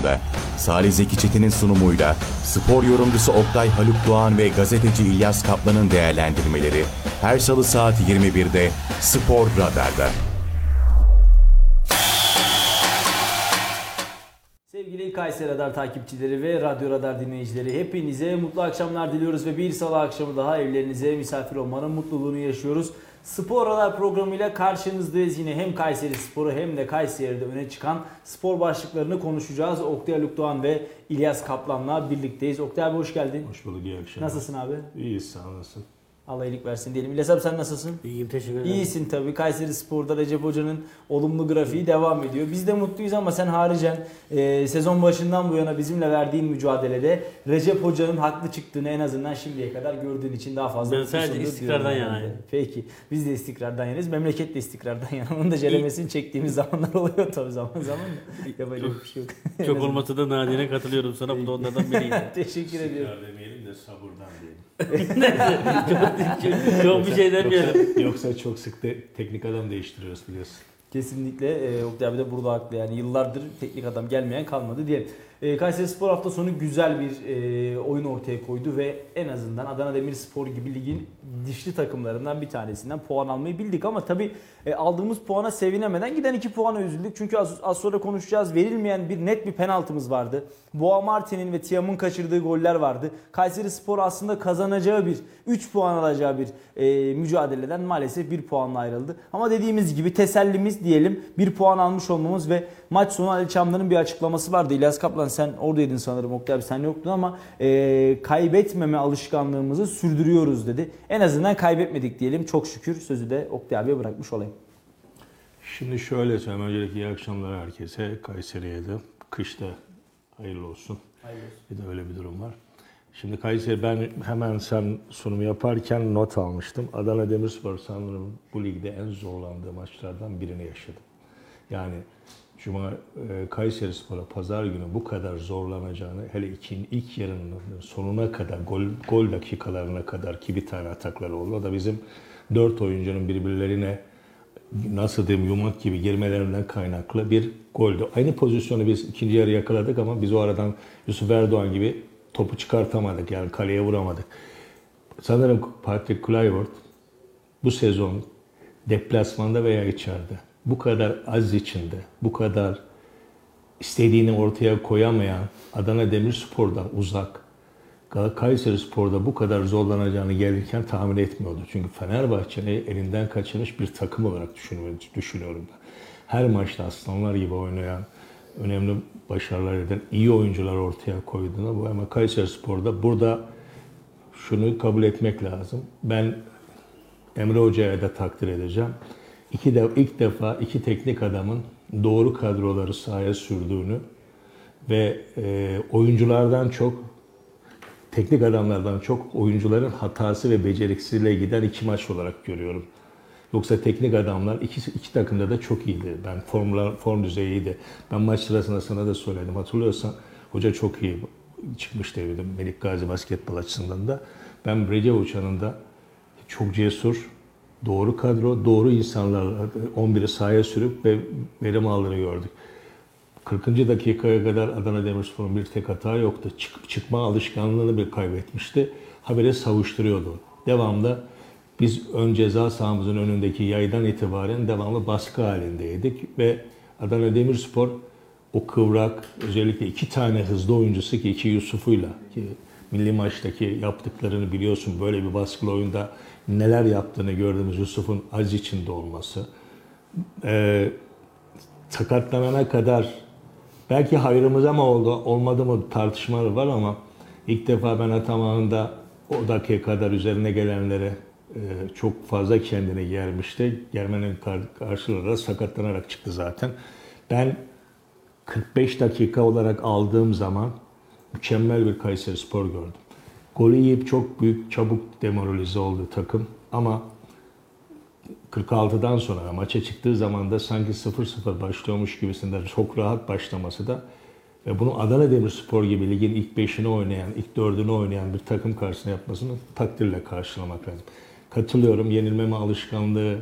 başladı. Salih Zeki Çetin'in sunumuyla spor yorumcusu Oktay Haluk Doğan ve gazeteci İlyas Kaplan'ın değerlendirmeleri her salı saat 21'de Spor Radar'da. Sevgili Kayseri Radar takipçileri ve Radyo Radar dinleyicileri, hepinize mutlu akşamlar diliyoruz ve bir salı akşamı daha evlerinize misafir olmanın mutluluğunu yaşıyoruz. Spor Radar programıyla karşınızdayız. Yine hem Kayseri Sporu hem de Kayseri'de öne çıkan spor başlıklarını konuşacağız. Oktay Haluk Doğan ve İlyas Kaplan'la birlikteyiz. Oktay abi hoş geldin. Hoş bulduk, iyi akşamlar. Nasılsın abi? İyiyiz, sağ olasın. Allah iyilik versin diyelim. İlyas abi sen nasılsın? İyiyim, teşekkür ederim. İyisin tabii. Kayseri Spor'da Recep Hoca'nın olumlu grafiği devam ediyor. Biz de mutluyuz ama sen haricen sezon başından bu yana bizimle verdiğin mücadelede Recep Hoca'nın haklı çıktığını en azından şimdiye kadar gördüğün için daha fazla Ben sadece istikrardan yanayım. Peki. Biz de istikrardan yanayız. Memleket de istikrardan yana. Onun da ceremesini çektiğimiz zamanlar oluyor tabii zaman zaman da. Yapacak bir şey yok. Çok olmasa da nadine katılıyorum sana. Bu da onlardan biriyim. Teşekkür ediyorum. İstikrar demeyelim de sabırdan diyelim. Çok bir şey demeyelim. Yoksa çok sık teknik adam değiştiriyoruz biliyorsun. Kesinlikle Oktay abi de burada haklı. Yani yıllardır teknik adam gelmeyen kalmadı diyelim. Kayseri Spor hafta sonu güzel bir oyun ortaya koydu ve en azından Adana Demirspor gibi ligin dişli takımlarından bir tanesinden puan almayı bildik. Ama tabii aldığımız puana sevinemeden giden 2 puana üzüldük. Çünkü az sonra konuşacağız. Verilmeyen net bir penaltımız vardı. Boğa Martin'in ve Tiam'ın kaçırdığı goller vardı. Kayseri Spor aslında kazanacağı 3 puan alacağı bir mücadeleden maalesef 1 puanla ayrıldı. Ama dediğimiz gibi tesellimiz diyelim 1 puan almış olmamız ve maç sonu Ali Çamlı'nın bir açıklaması vardı. İlyas Kaplan sen oradaydın sanırım, Oktay abi sen yoktun ama kaybetmeme alışkanlığımızı sürdürüyoruz dedi. En azından kaybetmedik diyelim, çok şükür. Sözü de Oktay abiye bırakmış olayım. Şimdi şöyle söyleyeyim. Öncelikle iyi akşamlar herkese. Kayseri'ye de. Kışta hayırlı olsun. Hayırlı olsun. Bir de öyle bir durum var. Şimdi Kayseri, ben hemen sen sunumu yaparken not almıştım. Adana Demirspor sanırım bu ligde en zorlandığı maçlardan birini yaşadı. Yani Kayseri Spor'a pazar günü bu kadar zorlanacağını, hele ilk yarının sonuna kadar, gol dakikalarına kadar ki bir tane atakları oldu. O da bizim 4 oyuncunun birbirlerine nasıl diyeyim yumak gibi girmelerinden kaynaklı bir goldü. Aynı pozisyonu biz ikinci yarı yakaladık ama biz o aradan Yusuf Erdoğan gibi topu çıkartamadık, yani kaleye vuramadık. Sanırım Patrick Kluivert bu sezon deplasmanda veya içeride bu kadar az içinde, bu kadar istediğini ortaya koyamayan Adana Demirspor'dan uzak, Kayseri Spor'da bu kadar zorlanacağını gelirken tahmin etmiyordu. Çünkü Fenerbahçe'yi elinden kaçırmış bir takım olarak düşünüyorum ben. Her maçta aslanlar gibi oynayan, önemli başarılar eden iyi oyuncular ortaya koyduğuna bu, ama Kayseri Spor'da burada şunu kabul etmek lazım. Ben Emre Hoca'ya da takdir edeceğim. İlk defa iki teknik adamın doğru kadroları sahaya sürdüğünü ve oyunculardan çok, teknik adamlardan çok oyuncuların hatası ve beceriksizliğe giden 2 maç olarak görüyorum. Yoksa teknik adamlar iki takımda da çok iyiydi. Form düzeyi iyiydi. Ben maç sırasında sana da söyledim. Hatırlıyorsan hoca çok iyi çıkmıştı evde Melik Gazi basketbol açısından da. Ben Recep Hoca'nın da çok cesur, doğru kadro, doğru insanlarla 11'i sahaya sürüp ve verim aldığını gördük. 40. dakikaya kadar Adana Demirspor'un bir tek hata yoktu. Çıkma alışkanlığını bir kaybetmişti. Habire savuşturuyordu. Devamlı biz ön ceza sahamızın önündeki yaydan itibaren devamlı baskı halindeydik ve Adana Demirspor o kıvrak, özellikle 2 tane hızlı oyuncusu ki 2 Yusuf'uyla ki milli maçtaki yaptıklarını biliyorsun, böyle bir baskılı oyunda neler yaptığını gördüğümüz Yusuf'un az içinde olması, sakatlanana kadar belki hayrımıza mı oldu, olmadı mı tartışmaları var ama ilk defa ben Ataman'ın o dakika kadar üzerine gelenlere çok fazla kendini germişti. Germenin karşılığında sakatlanarak çıktı zaten. Ben 45 dakika olarak aldığım zaman mükemmel bir Kayserispor gördüm. Golü yiyip çok çabuk demoralize oldu takım ama 46'dan sonra maça çıktığı zaman da sanki 0-0 başlıyormuş gibisinden çok rahat başlaması da ve bunu Adana Demirspor gibi ligin ilk 5'ini oynayan, ilk 4'ünü oynayan bir takım karşısına yapmasını takdirle karşılamak lazım. Katılıyorum, yenilmeme alışkanlığı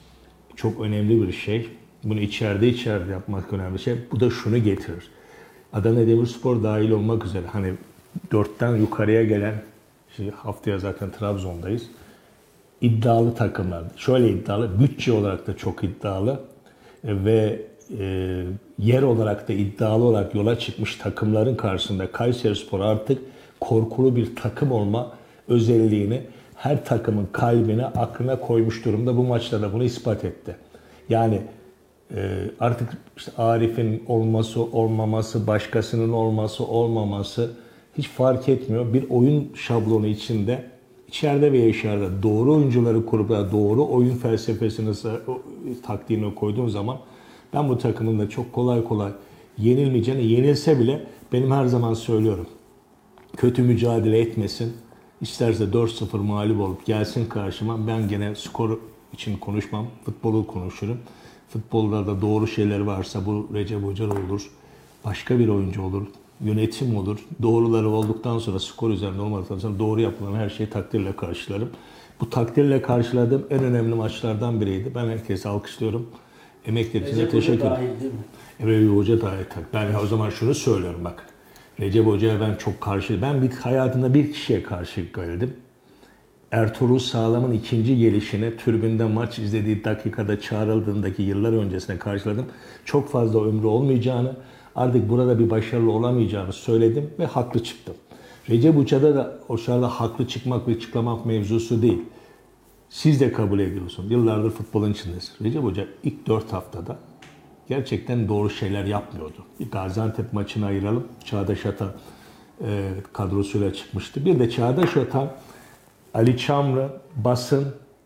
çok önemli bir şey. Bunu içeride yapmak önemli bir şey. Bu da şunu getirir. Adana Demirspor dahil olmak üzere hani 4'ten yukarıya gelen, şimdi haftaya zaten Trabzon'dayız. İddialı takımlar. Şöyle iddialı, bütçe olarak da çok iddialı ve yer olarak da iddialı olarak yola çıkmış takımların karşısında Kayserispor artık korkulu bir takım olma özelliğini her takımın kalbine, aklına koymuş durumda. Bu maçta da bunu ispat etti. Yani artık işte Arif'in olması, olmaması, başkasının olması, olmaması hiç fark etmiyor. Bir oyun şablonu içinde, içeride ve dışarıda doğru oyuncuları kurup doğru oyun felsefesini, taktiğini koyduğun zaman ben bu takımın da çok kolay kolay yenilmeyeceğini, yenilse bile benim her zaman söylüyorum. Kötü mücadele etmesin. İsterse 4-0 mağlup olup gelsin karşıma. Ben gene skor için konuşmam. Futbolu konuşurum. Futbolda da doğru şeyler varsa bu Recep Hoca olur. Başka bir oyuncu olur. Yönetim olur. Doğruları olduktan sonra skor üzerinde olmadıktan sonra doğru yapılan her şeyi takdirle karşılarım. Bu takdirle karşıladığım en önemli maçlardan biriydi. Ben herkese alkışlıyorum. Emekleri için teşekkür ederim. Recep Hoca dahil. Ben o zaman şunu söylüyorum bak. Recep Hoca'ya ben çok karşı. Ben hayatımda bir kişiye karşı geldim. Ertuğrul Sağlam'ın ikinci gelişine tribünde maç izlediği dakikada çağrıldığındaki yıllar öncesine karşıladım. Çok fazla ömrü olmayacağını, artık burada bir başarılı olamayacağını söyledim ve haklı çıktım. Recep Hoca'da da o şarada haklı çıkmak ve çıklamak mevzusu değil. Siz de kabul ediyorsunuz. Yıllardır futbolun içindeyiz. Recep Hoca ilk 4 haftada gerçekten doğru şeyler yapmıyordu. Bir Gaziantep maçını ayıralım. Çağdaş Atan kadrosuyla çıkmıştı. Bir de Çağdaş Atan, Ali Çamlı, basın,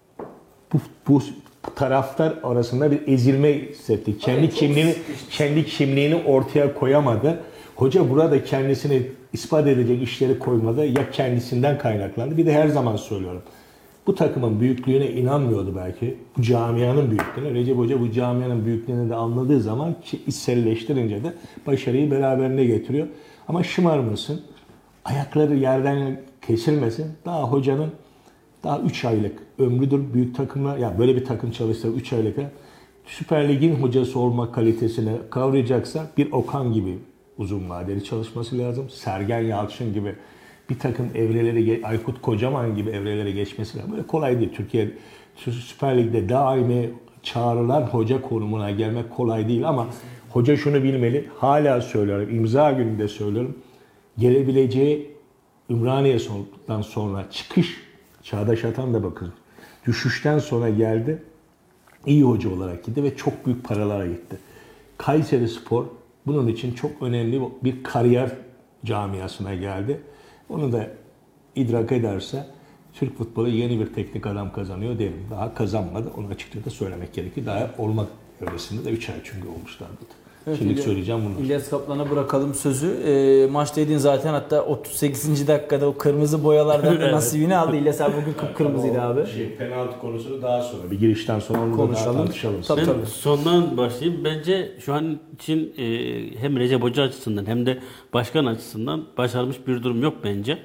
bu taraftar arasında bir ezilme hissetti. Kendi kimliğini ortaya koyamadı. Hoca burada kendisini ispat edecek işleri koymadı. Ya kendisinden kaynaklandı. Bir de her zaman söylüyorum. Bu takımın büyüklüğüne inanmıyordu belki. Bu camianın büyüklüğüne. Recep Hoca bu camianın büyüklüğünü de anladığı zaman içselleştirince de başarıyı beraberine getiriyor. Ama şımarmasın. Ayakları yerden kesilmesin. Daha hocanın daha 3 aylık ömrüdür büyük takımlar. Yani böyle bir takım çalışsa 3 aylık. Süper Lig'in hocası olma kalitesini kavrayacaksa bir Okan gibi uzun vadeli çalışması lazım. Sergen Yalçın gibi bir takım evreleri, Aykut Kocaman gibi evreleri geçmesi lazım. Böyle kolay değil. Türkiye Süper Lig'de daimi çağrılan hoca konumuna gelmek kolay değil ama hoca şunu bilmeli. Hala söylüyorum, imza gününde söylüyorum. Gelebileceği Ümraniye'den sonra çıkış, Çağdaş Atan da bakın düşüşten sonra geldi. İyi hoca olarak gitti ve çok büyük paralara gitti. Kayserispor bunun için çok önemli bir kariyer camiasına geldi. Onu da idrak ederse Türk futbolu yeni bir teknik adam kazanıyor derim. Daha kazanmadı. Onu açıkça da söylemek gerekir. Daha olmak evresinde de 3 ay çünkü olmuşlardı. Evet, Şimdi söyleyeceğim bunu. İlyas Kaplan'a bırakalım sözü. Maçtaydın zaten, hatta 38. dakikada o kırmızı boyalardan da nasibini aldı. İlyas abi bugün kıpkırmızıydı abi. Penaltı konusunu daha sonra. Bir girişten sonra onu konuşalım. Tartışalım. Ben sondan başlayayım. Bence şu an için hem Recep Hoca açısından hem de başkan açısından başarmış bir durum yok bence.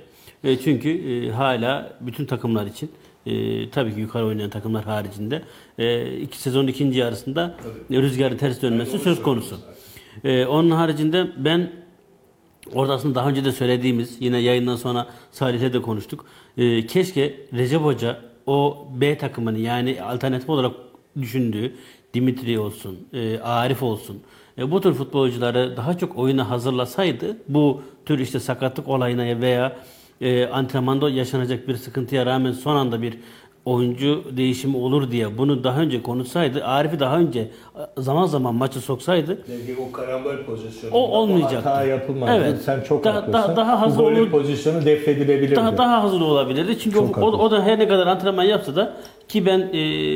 Çünkü hala bütün takımlar için tabii ki yukarı oynayan takımlar haricinde iki sezon ikinci yarısında rüzgarın ters dönmesi söz konusu. Onun haricinde ben orada aslında daha önce de söylediğimiz, yine yayından sonra Salih'le de konuştuk. Keşke Recep Hoca o B takımını, yani alternatif olarak düşündüğü Dimitri olsun, Arif olsun, bu tür futbolcuları daha çok oyuna hazırlasaydı, bu tür işte sakatlık olayına veya antrenmanda yaşanacak bir sıkıntıya rağmen son anda bir oyuncu değişimi olur diye bunu daha önce konuşsaydı, Arif'i daha önce zaman zaman maçı soksaydı, o karambol pozisyonu, o olmayacaktı. Hata yapılmadı. Evet. Sen çok haklısın. Daha hazır bu pozisyonu defnedilebilirdi. daha hazır olabilirdi. Çünkü o da her ne kadar antrenman yapsa da, ki ben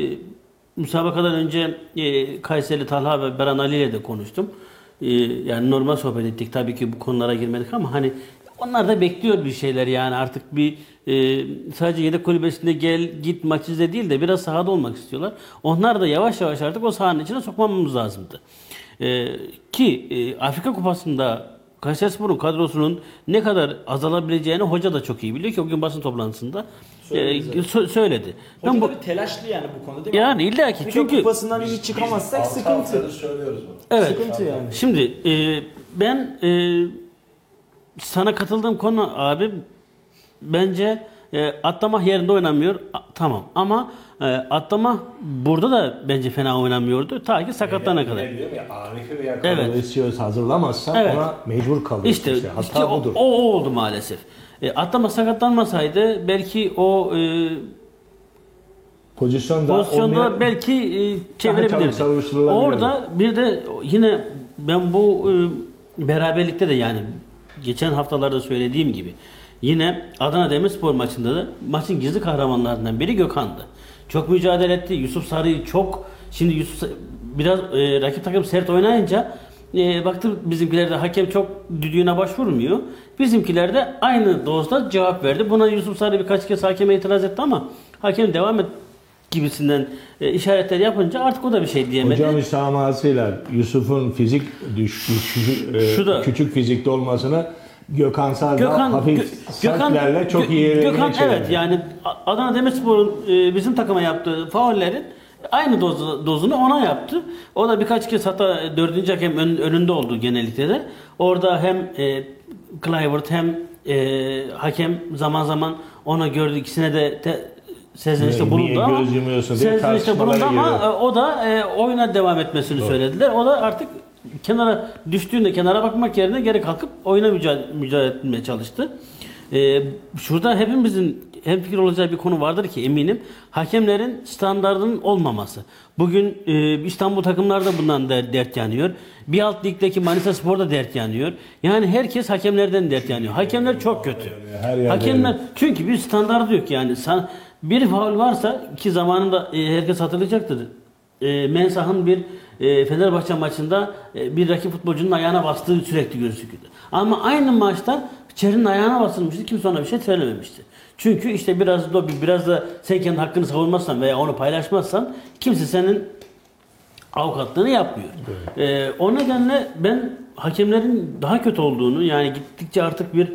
müsabakadan önce Kayseri Talha ve Beran Ali ile de konuştum. Yani normal sohbet ettik. Tabii ki bu konulara girmedik ama hani onlar da bekliyor bir şeyler, yani artık bir sadece yedek kulübesinde gel git maç izle değil de biraz sahada olmak istiyorlar. Onlar da yavaş yavaş artık o sahanın içine sokmamız lazımdı. Ki Afrika Kupası'nda Kayserispor'un kadrosunun ne kadar azalabileceğini hoca da çok iyi biliyor ki o gün basın toplantısında söyledi. Hoca Ben da bir telaşlı yani bu konuda değil mi? yani illa ki çünkü kupasından iyi çıkamazsak sıkıntı. söylüyoruz bunu. evet. Sıkıntı yani. Şimdi ben sana katıldığım konu abi bence atlama yerinde oynamıyor. Tamam ama atlama burada da bence fena oynamıyordu. Ta ki sakatlanana kadar. Ne diyorum ya, Arif'i veya Evet. Kalesios hazırlamazsan Evet. ona mecbur kalıyorsun. İşte, Hata işte budur. o oldu maalesef. Atlama sakatlanmasaydı belki o Pozisyonda pozisyonda belki çabuk çevirebilirdi. savuşturulabilirdi. Orada bir de yine ben bu beraberlikte de yani geçen haftalarda söylediğim gibi yine Adana Demirspor maçında da maçın gizli kahramanlarından biri Gökhan'dı. Çok mücadele etti. Yusuf Sarı'yı şimdi Yusuf biraz rakip takım sert oynayınca baktım bizimkiler de hakem çok düdüğüne başvurmuyor. Bizimkiler de aynı dozda cevap verdi. Buna Yusuf Sarı birkaç kez hakeme itiraz etti ama hakem devam et gibisinden işaretler yapınca artık o da bir şey diyemedi. Hocam müsamahasıyla Yusuf'un fizik küçük fizikte olmasını Gökhan Sarı'da hafif sertlerle çok iyi Gökhan çevirdi. evet yani Adana Demirspor'un bizim takıma yaptığı faullerin aynı dozunu ona yaptı. O da birkaç kez hatta 4. hakem önünde oldu genellikle de. Orada hem Kluivert hem hakem zaman zaman ona gördü ikisine de sezlenişte bulundu ama sezlenişte bulundu ama o da oyuna devam etmesini söylediler. O da artık kenara bakmak yerine geri kalkıp oyuna mücadele etmeye çalıştı. Şurada hepimizin hemfikir olacağı bir konu vardır ki eminim. Hakemlerin standardının olmaması. Bugün İstanbul takımları da bundan dert yanıyor. Bir alt ligdeki Manisa Spor da dert yanıyor. Yani herkes hakemlerden dert yanıyor. Hakemler çok kötü. Hakemler çünkü bir standardı yok yani. Bir faul varsa ki zamanında herkes hatırlayacaktır. Mensah'ın bir Fenerbahçe maçında bir rakip futbolcunun ayağına bastığı sürekli gözüküyordu. Ama aynı maçta Çer'in ayağına basılmıştı. Kimse ona bir şey söylememişti. Çünkü işte biraz da sen kendi hakkını savunmazsan veya onu paylaşmazsan kimse senin avukatlığını yapmıyor. Evet. O nedenle ben hakemlerin daha kötü olduğunu yani gittikçe artık bir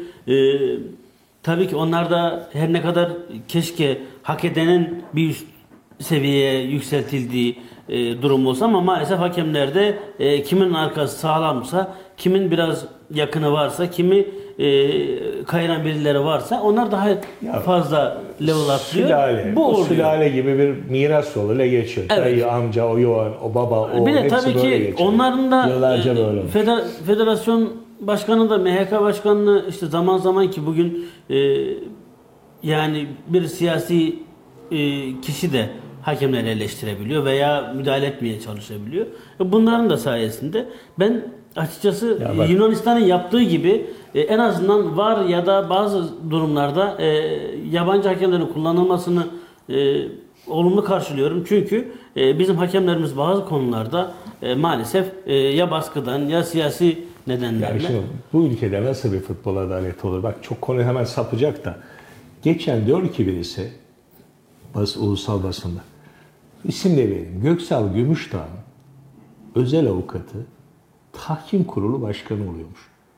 tabii ki onlar da her ne kadar keşke hak edenin bir üst seviyeye yükseltildiği durum olsa ama maalesef hakemlerde kimin arkası sağlamsa, kimin biraz yakını varsa, kimi kayıran birileri varsa onlar daha fazla level atlıyor. Bu sülale gibi bir miras yoluyla geçiyor. Evet. Dayı, amca, o baba, o bir de hepsi tabii böyle ki geçiyor. onların da yıllarca böyle federasyon başkanı da MHK başkanlığı işte zaman zaman ki bugün yani bir siyasi kişi de hakemleri eleştirebiliyor veya müdahale etmeye çalışabiliyor. Bunların da sayesinde ben açıkçası Yunanistan'ın yaptığı gibi en azından VAR ya da bazı durumlarda yabancı hakemlerin kullanılmasını olumlu karşılıyorum. Çünkü bizim hakemlerimiz bazı konularda maalesef ya baskıdan ya siyasi nedenlerle. Yani şimdi bu ülkede nasıl bir futbol adaleti olur? Bak çok konu hemen sapacak da. Geçen diyor ki birisi ulusal basında. İsim de vereyim. Göksal Gümüşdağ'ın özel avukatı tahkim kurulu başkanı oluyormuş.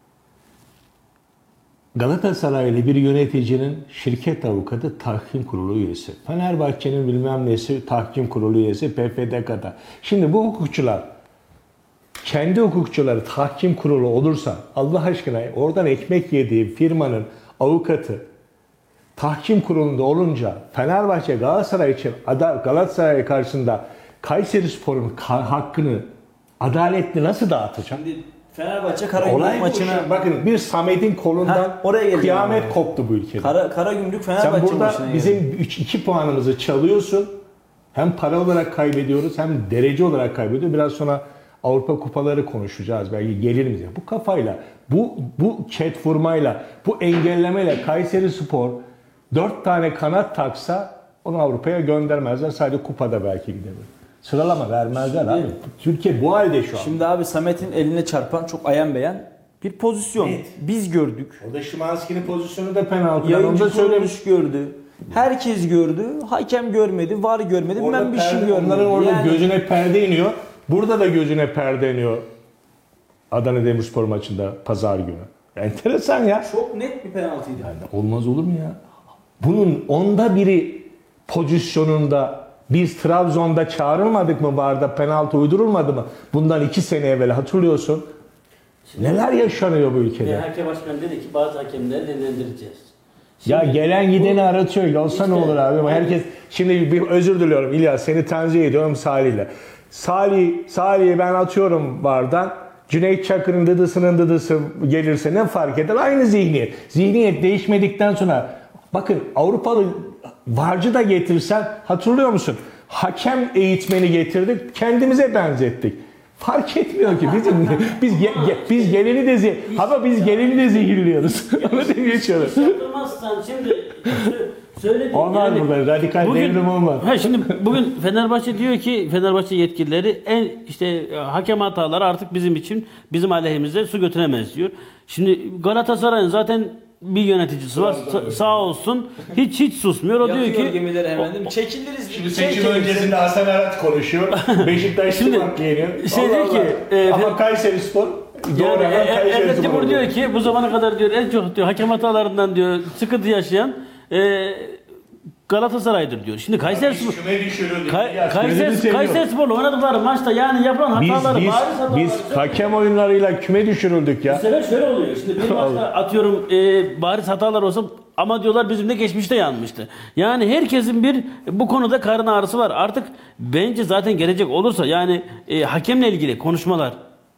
Galatasaraylı bir yöneticinin şirket avukatı tahkim kurulu üyesi. Fenerbahçe'nin bilmem nesi tahkim kurulu üyesi PFDK'da. Şimdi bu hukukçular kendi hukukçuları tahkim kurulu olursa Allah aşkına oradan ekmek yediği firmanın avukatı tahkim kurulunda olunca Fenerbahçe Galatasaray için Galatasaray karşısında Kayserispor'un hakkını adaletli nasıl dağıtacak? Şimdi Fenerbahçe Karagümrük maçına bakın bir Samet'in kolundan kıyamet koptu bu ülkede. Karagümrük Fenerbahçe maçına. Sen burada maçına bizim 2 puanımızı çalıyorsun. Hem para olarak kaybediyoruz hem derece olarak kaybediyoruz. Biraz sonra Avrupa kupaları konuşacağız. Belki gelir miyiz? Bu kafayla, bu ket vurmayla, bu engellemeyle Kayserispor 4 tane kanat taksa onu Avrupa'ya göndermezler. Sadece kupada belki gidebilir. Sıralama vermezler abi. Türkiye bu halde şu an. Şimdi abi Samet'in eline çarpan çok ayan beyan bir pozisyon. Evet. Biz gördük. Orada Şimanski'nin pozisyonu da penaltı. Yayıncı kuruluş gördü. Herkes gördü. Hakem görmedi. VAR görmedi. Ben bir şey görmedim. Onların orada gözüne perde iniyor. Burada da gözüne perde iniyor. Adana Demirspor maçında pazar günü. Enteresan ya. Çok net bir penaltıydı. Yani olmaz olur mu ya? Bunun onda biri pozisyonunda biz Trabzon'da çağrılmadık mı, VAR'da penaltı uydurulmadı mı? Bundan 2 sene evvel hatırlıyorsun. Neler yaşanıyor bu ülkede? Hakem başkan dedi ki bazı hakemleri dinlendireceğiz. Ya gelen gideni aratıyor. Olsa ne olur abi? Herkes şimdi bir özür diliyorum İlyas, seni tenzih ediyorum Salih'le. Salih'i ben atıyorum VAR'dan. Cüneyt Çakır'ın dıdısının dıdısı gelirse ne fark eder? Aynı zihniyet. Zihniyet değişmedikten sonra bakın Avrupalı VAR'cı da getirsen hatırlıyor musun? Hakem eğitmeni getirdik, kendimize benzettik. Fark etmiyor ki biz geleni de biz geleni de zehirliyoruz. Onu da geçiyoruz. Yaptırmazsan şimdi söyledim. Onlar yani, burada radikal devrim olmaz. Şimdi bugün Fenerbahçe diyor ki Fenerbahçe yetkilileri hakem hataları artık bizim aleyhimize su götüremez diyor. Şimdi Galatasaray'ın zaten bir yöneticisi var. Sağ olsun. Hiç susmuyor. O diyor ki gemileri hemen çekiliriz. Şimdi seçim öncesinde Hasan Arat konuşuyor. Beşiktaş Sivak geliyor. Diyor ki ama Kayserispor Evet Timur diyor ki bu zamana kadar diyor en çok diyor hakem hatalarından diyor sıkıntı yaşayan Galatasaray'dır diyor. Şimdi Kayserispor'la oynadıkları maçta yani yapılan hataları biz hakem oyunlarıyla küme düşürüldük ya. Bu sefer şöyle oluyor. Şimdi bir maçta atıyorum bariz hatalar olsa ama diyorlar bizim de geçmişte yanmıştı. Yani herkesin bu konuda karın ağrısı var. Artık bence zaten gelecek olursa yani hakemle ilgili konuşmalar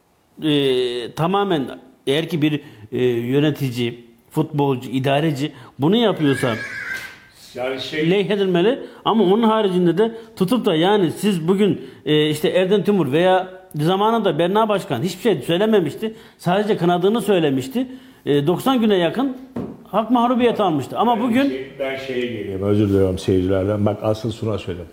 tamamen eğer ki bir yönetici, futbolcu, idareci bunu yapıyorsa yani lehedilmeli ama onun haricinde de tutup da yani siz bugün işte Erden Timur veya zamanında Berna Başkan hiçbir şey söylememişti. Sadece kınadığını söylemişti. 90 güne yakın hak mahrubiyeti almıştı. Ama bugün ben şeye geleyim, özür diliyorum seyircilerden. Bak asıl şuna söyledim.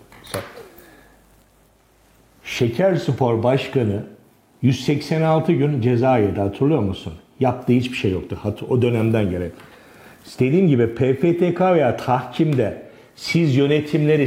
Şekerspor Başkanı 186 gün ceza yedi, hatırlıyor musun? Yaptığı hiçbir şey yoktu. O dönemden gelen. Dediğim gibi PFTK veya tahkimde siz yönetimleri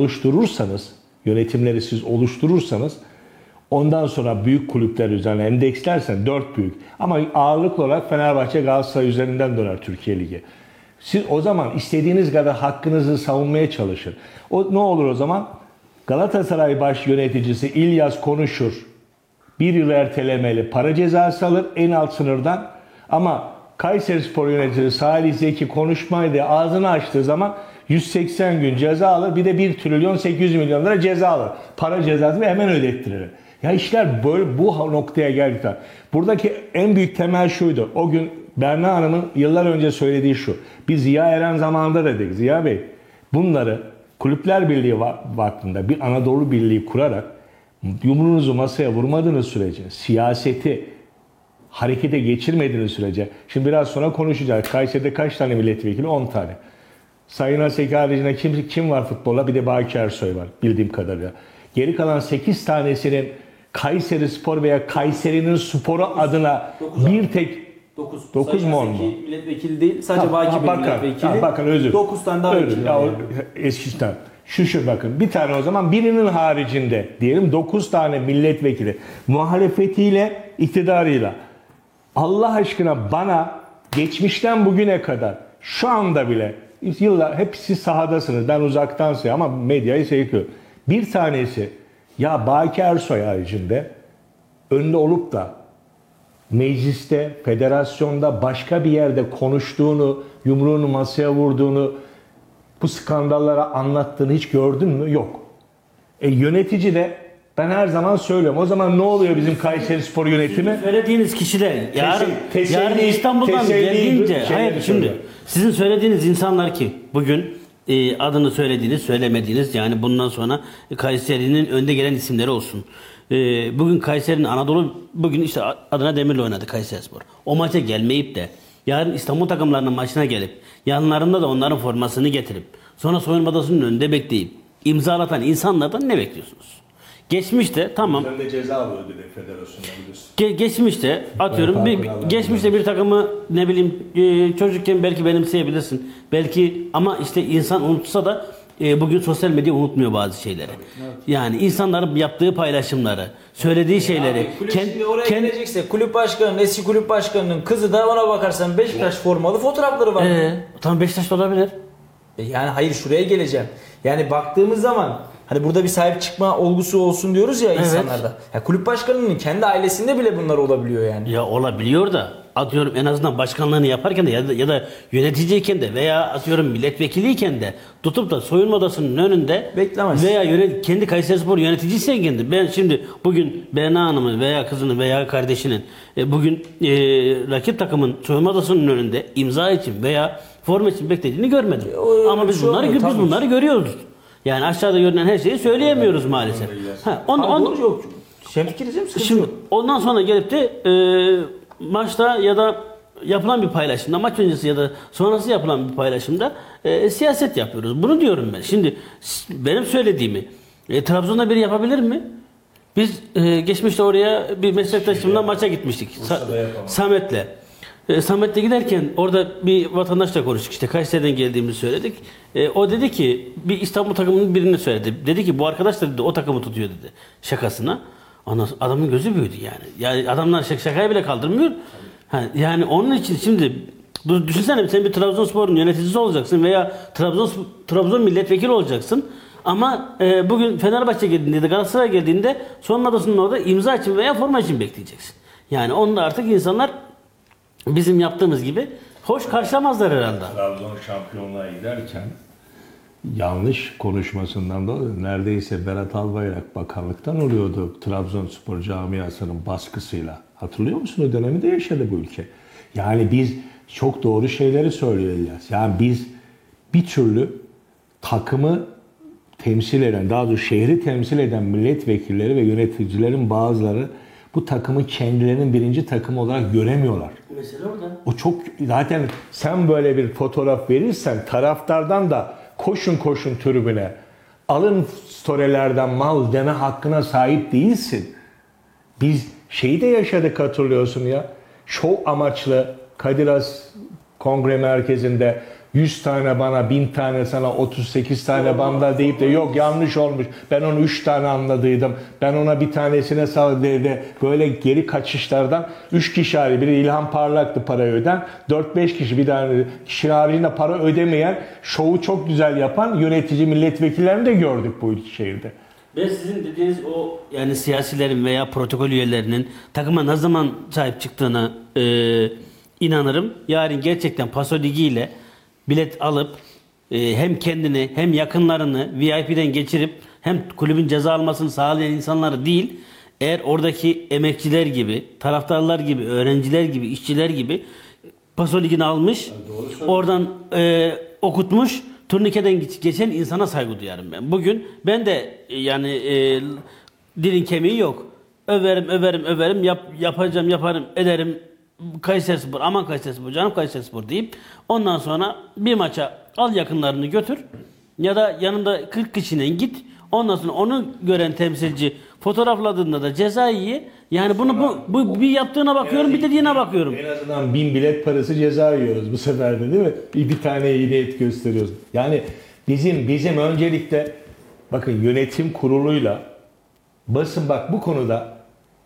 oluşturursanız ondan sonra büyük kulüpler üzerine endekslersen 4 büyük ama ağırlıklı olarak Fenerbahçe Galatasaray üzerinden döner Türkiye Ligi. Siz o zaman istediğiniz kadar hakkınızı savunmaya çalışın. Ne olur o zaman? Galatasaray baş yöneticisi İlyas konuşur. 1 yıl ertelemeli para cezası alır en alt sınırdan ama Kayserispor yöneticisi Salih Zeki konuşmaydı ağzını açtığı zaman 180 gün ceza alır. Bir de 1 trilyon 800 milyon lira ceza alır. Para cezası ve hemen ödettirir. Ya işler böyle bu noktaya geldiler. Buradaki en büyük temel şuydu. O gün Berna Hanım'ın yıllar önce söylediği şu. Biz Ziya Eren zamanında dedik. Ziya Bey bunları Kulüpler Birliği vaktinde bir Anadolu Birliği kurarak yumruğunuzu masaya vurmadığınız sürece siyaseti harekete geçirmediğiniz sürece, şimdi biraz sonra konuşacağız. Kayseri'de kaç tane milletvekili? 10 tane. Sayın Aseki haricinde kim var futbolla? Bir de Baki Ersoy var bildiğim kadarıyla. Geri kalan 8 tanesinin Kayserispor veya Kayseri'nin sporu adına bir tek 9 mu 10 mu? Milletvekili değil. Sadece Baki milletvekili. Bakın özür. 9 tane daha vekili. Eskiden. Şu bakın. Bir tane o zaman birinin haricinde diyelim 9 tane milletvekili muhalefetiyle, iktidarıyla. Allah aşkına bana geçmişten bugüne kadar şu anda bile yıllar hep siz sahadasınız. Ben uzaktan ama medyayı seyrediyorum. Bir tanesi ya Baki Ersoy haricinde önde olup da mecliste, federasyonda başka bir yerde konuştuğunu, yumruğunu masaya vurduğunu, bu skandallara anlattığını hiç gördün mü? Yok. Yönetici de ben her zaman söylüyorum. O zaman ne oluyor bizim Kayserispor yönetimi? Söylediğiniz kişiler yarın İstanbul'dan geldiğince şimdi sizin söylediğiniz insanlar ki bugün adını söylediğiniz, söylemediğiniz yani bundan sonra Kayseri'nin önde gelen isimleri olsun. Bugün Kayseri'nin bugün işte Adana Demir'le oynadı Kayserispor. O maça gelmeyip de yarın İstanbul takımlarının maçına gelip yanlarında da onların formasını getirip sonra soyunma odasının önünde bekleyip imzalatan insanlardan ne bekliyorsunuz? Geçmişte tamam. Ben de ceza alıyor dedi federasyonda biliyorsun. Geçmişte atıyorum geçmişte bir takımı ne bileyim çocukken belki benimseyebilirsin. Belki ama işte insan unutsa da bugün sosyal medya unutmuyor bazı şeyleri. Yani insanların yaptığı paylaşımları, söylediği şeyleri. Şimdi oraya gelecekse kulüp başkanının, eski kulüp başkanının kızı da ona bakarsan Beşiktaş formalı fotoğrafları var. Tamam Beşiktaş'ta olabilir. Yani hayır şuraya geleceğim. Yani baktığımız zaman hani burada bir sahip çıkma olgusu olsun diyoruz ya insanlarda. Ya kulüp başkanının kendi ailesinde bile bunlar olabiliyor yani. Ya olabiliyor da atıyorum en azından başkanlığını yaparken de ya da yöneticiyken de veya atıyorum milletvekiliyken de tutup da soyunma odasının önünde beklemez. Veya kendi Kayserispor yöneticiysen de ben şimdi bugün Berna Hanım'ın veya kızının veya kardeşinin bugün rakip takımın soyunma odasının önünde imza için veya forma için beklediğini görmedim. Ama biz bunları görüyoruz. Yani aşağıda görünen her şeyi söyleyemiyoruz maalesef. Yok. Şemkireceğim Şimdi ondan sonra gelip de maçta ya da yapılan bir paylaşımda, maç öncesi ya da sonrası yapılan bir paylaşımda siyaset yapıyoruz. Bunu diyorum ben. Şimdi benim söylediğimi Trabzon'da biri yapabilir mi? Biz geçmişte oraya bir meslektaşımla maça gitmiştik. Samet'le. Samet'le giderken orada bir vatandaşla konuştuk. İşte Kayseri'den geldiğimizi söyledik. O dedi ki bir İstanbul takımının birini söyledi. Dedi ki bu arkadaş da dedi, o takımı tutuyor dedi şakasına. Adamın gözü büyüdü yani. Yani adamlar şakaya bile kaldırmıyor. Yani onun için şimdi düşünsene sen bir Trabzonspor'un yöneticisi olacaksın veya Trabzon milletvekili olacaksın. Ama bugün Fenerbahçe geldiğinde de Galatasaray geldiğinde soyunma odasının orada imza için veya forma için bekleyeceksin. Yani onu da artık insanlar bizim yaptığımız gibi hoş karşılamazlar herhalde. Trabzon şampiyonluğa giderken yanlış konuşmasından dolayı neredeyse Berat Albayrak bakanlıktan oluyordu Trabzonspor camiasının baskısıyla. Hatırlıyor musun? O dönemi de yaşadı bu ülke. Yani biz çok doğru şeyleri söylüyoruz. Yani biz bir türlü takımı temsil eden, daha doğrusu şehri temsil eden milletvekilleri ve yöneticilerin bazıları bu takımı kendilerinin birinci takımı olarak göremiyorlar. Mesela orada. O çok zaten sen böyle bir fotoğraf verirsen taraftardan da koşun tribüne alın storylerden mal deme hakkına sahip değilsin. Biz şeyi de yaşadık hatırlıyorsun ya. Şov amaçlı Kadir Has Kongre Merkezi'nde 100 tane bana 1000 tane sana 38 tane bana deyip de yok yanlış olmuş. Ben onu 3 tane anladıydım. Ben ona bir tanesine sağladı. Böyle geri kaçışlardan 3 kişi harici biri İlhan Parlak'tı parayı öden. 4-5 kişi bir tane kişi haricinde para ödemeyen şovu çok güzel yapan yönetici milletvekillerini de gördük bu şehirde. Ben sizin dediğiniz o yani siyasilerin veya protokol üyelerinin takıma ne zaman sahip çıktığına inanırım. Yarın gerçekten Paso Ligi ile bilet alıp hem kendini hem yakınlarını VIP'den geçirip hem kulübün ceza almasını sağlayan insanları değil, eğer oradaki emekçiler gibi, taraftarlar gibi, öğrenciler gibi, işçiler gibi Paso Ligi'ni almış, oradan okutmuş, turnikeden geçen insana saygı duyarım ben. Bugün ben de yani dilin kemiği yok. Överim, yaparım, ederim. Kayserispor, aman Kayserispor, canım Kayserispor deyip ondan sonra bir maça al yakınlarını götür ya da yanında 40 kişinin git. Ondan sonra onu gören temsilci fotoğrafladığında da ceza yiye. Yani bunu bu bir yaptığına bakıyorum, bir dediğine bakıyorum. En azından 1000 bilet parası ceza yiyoruz bu sefer de değil mi? Bir tane hidayet gösteriyoruz. Yani bizim öncelikle bakın yönetim kuruluyla basın bak bu konuda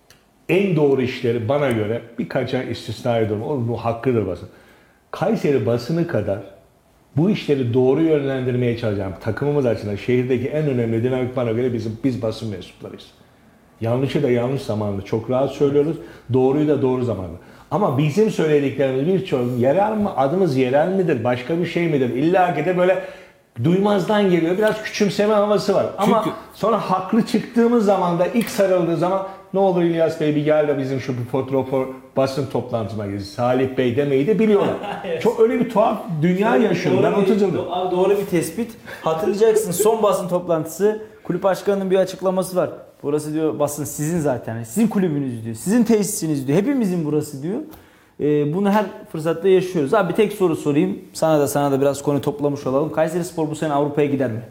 en doğru işleri bana göre birkaç ay istisna ediyorum. Bu hakkıdır basın. Kayseri basını kadar bu işleri doğru yönlendirmeye çalışacağım. Takımımız açısından şehirdeki en önemli dinamik bana göre biz basın mensuplarıyız. Yanlışı da yanlış zamanında çok rahat söylüyoruz. Doğruyu da doğru zamanında. Ama bizim söylediklerimiz birçoğu yerel mi? Adımız yerel midir? Başka bir şey midir? İlla ki de böyle duymazdan geliyor. Biraz küçümseme havası var. Ama sonra haklı çıktığımız zaman da ilk sarıldığı zaman ne olur İlyas Bey bir gel de bizim şu fotoğraf basın toplantısına gidin. Salih Bey demeyi de biliyorlar. Evet. Çok öyle bir tuhaf dünya yaşıyorum. Ben 30 yıldır. Doğru bir tespit. Hatırlayacaksın son basın toplantısı kulüp başkanının bir açıklaması var. Burası diyor basın sizin zaten. Sizin kulübünüz diyor. Sizin tesisiniz diyor. Hepimizin burası diyor. Bunu her fırsatta yaşıyoruz. Abi bir tek soru sorayım. Sana da biraz konu toplamış olalım. Kayserispor bu sene Avrupa'ya gider mi?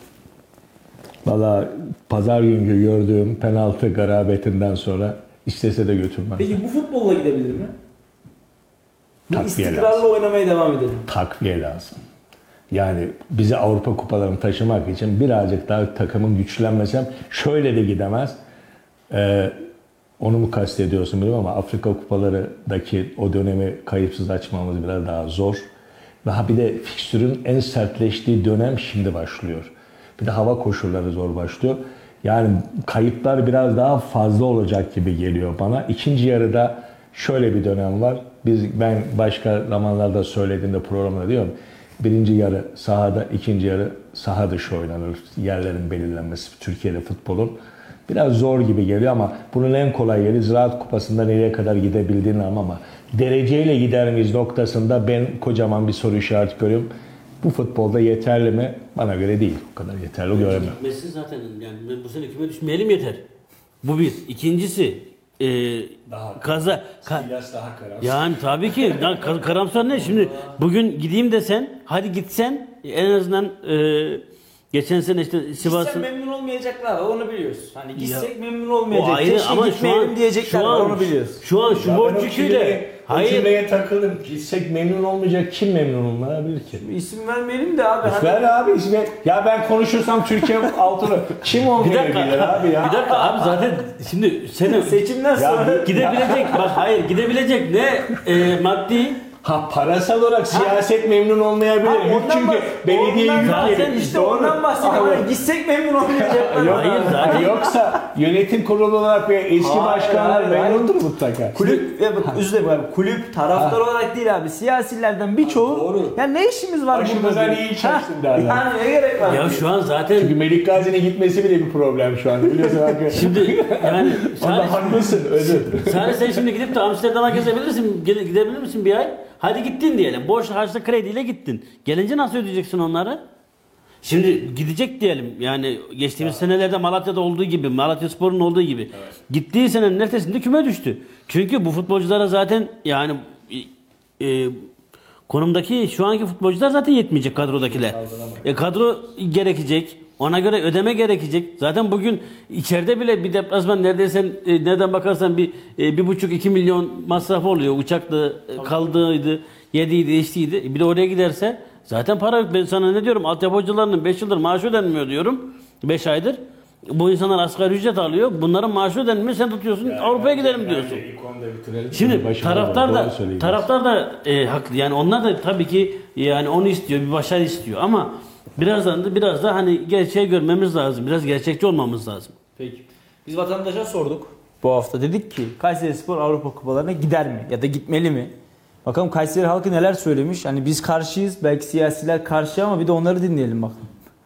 Valla pazar günkü gördüğüm penaltı garabetinden sonra istese de götürmez. Peki bu futbolla gidebilir mi? Takviye istikrarlı lazım. Oynamaya devam edelim. Takviye lazım. Yani bizi Avrupa kupalarını taşımak için birazcık daha takımın güçlenmesem şöyle de gidemez. Onu mu kastediyorsun bilmiyorum ama Afrika kupalarındaki o dönemi kayıpsız açmamız biraz daha zor. Daha bir de fikstürün en sertleştiği dönem şimdi başlıyor. Bir de hava koşulları zor başlıyor. Yani kayıplar biraz daha fazla olacak gibi geliyor bana. İkinci yarıda şöyle bir dönem var. Ben başka zamanlarda söylediğimde programda diyorum. Birinci yarı sahada, ikinci yarı saha dışı oynanır. Yerlerin belirlenmesi Türkiye'de futbolun. Biraz zor gibi geliyor ama bunun en kolay yeri Ziraat Kupası'nda nereye kadar gidebildiğini ama dereceyle gider miyiz noktasında ben kocaman bir soru işareti görüyorum. Bu futbolda yeterli mi? Bana göre değil. O kadar yeterli göremiyorum. Gitmesi zaten yani bu sene küme düşmeyelim yeter. Bu bir. İkincisi Daha kaza daha karamsar. yani tabii ki karamsar ne? Şimdi bugün gideyim desen, hadi gitsen en azından geçen sene işte Gitsen Sivas'ın memnun olmayacaklar onu biliyoruz. Hani gitsek Ya, memnun o olmayacak. ayrı Keşke ama gitmeyelim diyecekler onu biliyoruz. Şu an şu borç yüküyle O hayır cümleye takıldım. Gitsek memnun olmayacak kim memnun olmayabilir ki? İsim vermeyelim de abi. Ver abi ismi. Ya ben konuşursam Türkiye altını kim bir olmayabilir dakika abi ya? bir dakika abi zaten şimdi senin Seçimden sonra gidebilecek bak hayır gidebilecek ne maddi Ha parasal olarak siyaset memnun olmayabilir. Ha, Yük ondan çünkü bak- belediye ondan yük zaten verir. işte Doğru. ondan bahsediyorum. Abi, Hani gitsek memnun olmayacaklar. Yok, Hayır, zaten- Yoksa yönetim kurulu olarak bir eski Hayır, başkanlar hayır, memnundur mutlaka. Kulüp ya bak özür dilerim abi. Kulüp taraftar olarak değil abi. Siyasilerden birçoğu Doğru. ya ne işimiz var Başımızdan burada? iyi Ha, çalışsın derler. Yani ne gerek var? ya şu an zaten Çünkü Melik Gazi'nin gitmesi bile bir problem şu an. Biliyorsun hakikaten. şimdi yani Onda haklısın özür. sen şimdi gidip de Amsterdam'a gezebilirsin, gidebilir misin bir ay? Hadi gittin diyelim. Boş harçlı krediyle gittin. Gelince nasıl ödeyeceksin onları? Şimdi gidecek diyelim. Yani geçtiğimiz senelerde Malatya'da olduğu gibi, Malatyaspor'un olduğu gibi. Evet. Gittiği senenin ertesinde küme düştü. Çünkü bu futbolculara zaten yani konumdaki şu anki futbolcular zaten yetmeyecek kadrodakiler. Kadro gerekecek. Ona göre ödeme gerekecek. Zaten bugün içeride bile bir deplasman neredeyse nereden bakarsan 1,5-2 milyon masrafı oluyor. Uçakta kaldıydı, yediydi, içtiydi. Bir de oraya giderse zaten para yok. Ben sana ne diyorum? Altyapı hocalarının 5 yıldır maaşı ödenmiyor diyorum. 5 aydır. Bu insanlar asgari ücret alıyor. Bunların maaşı ödenmiyor. Sen tutuyorsun Avrupa'ya gidelim diyorsun. Şimdi taraftar da haklı. Yani onlar da tabii ki yani onu istiyor, bir başarı istiyor ama biraz da hani gerçeği görmemiz lazım. Biraz gerçekçi olmamız lazım. Peki. Biz vatandaşa sorduk bu hafta. Dedik ki Kayserispor Avrupa Kupalarına gider mi? Ya da gitmeli mi? Bakalım Kayseri halkı neler söylemiş. Hani biz karşıyız. Belki siyasiler karşı ama bir de onları dinleyelim bakalım.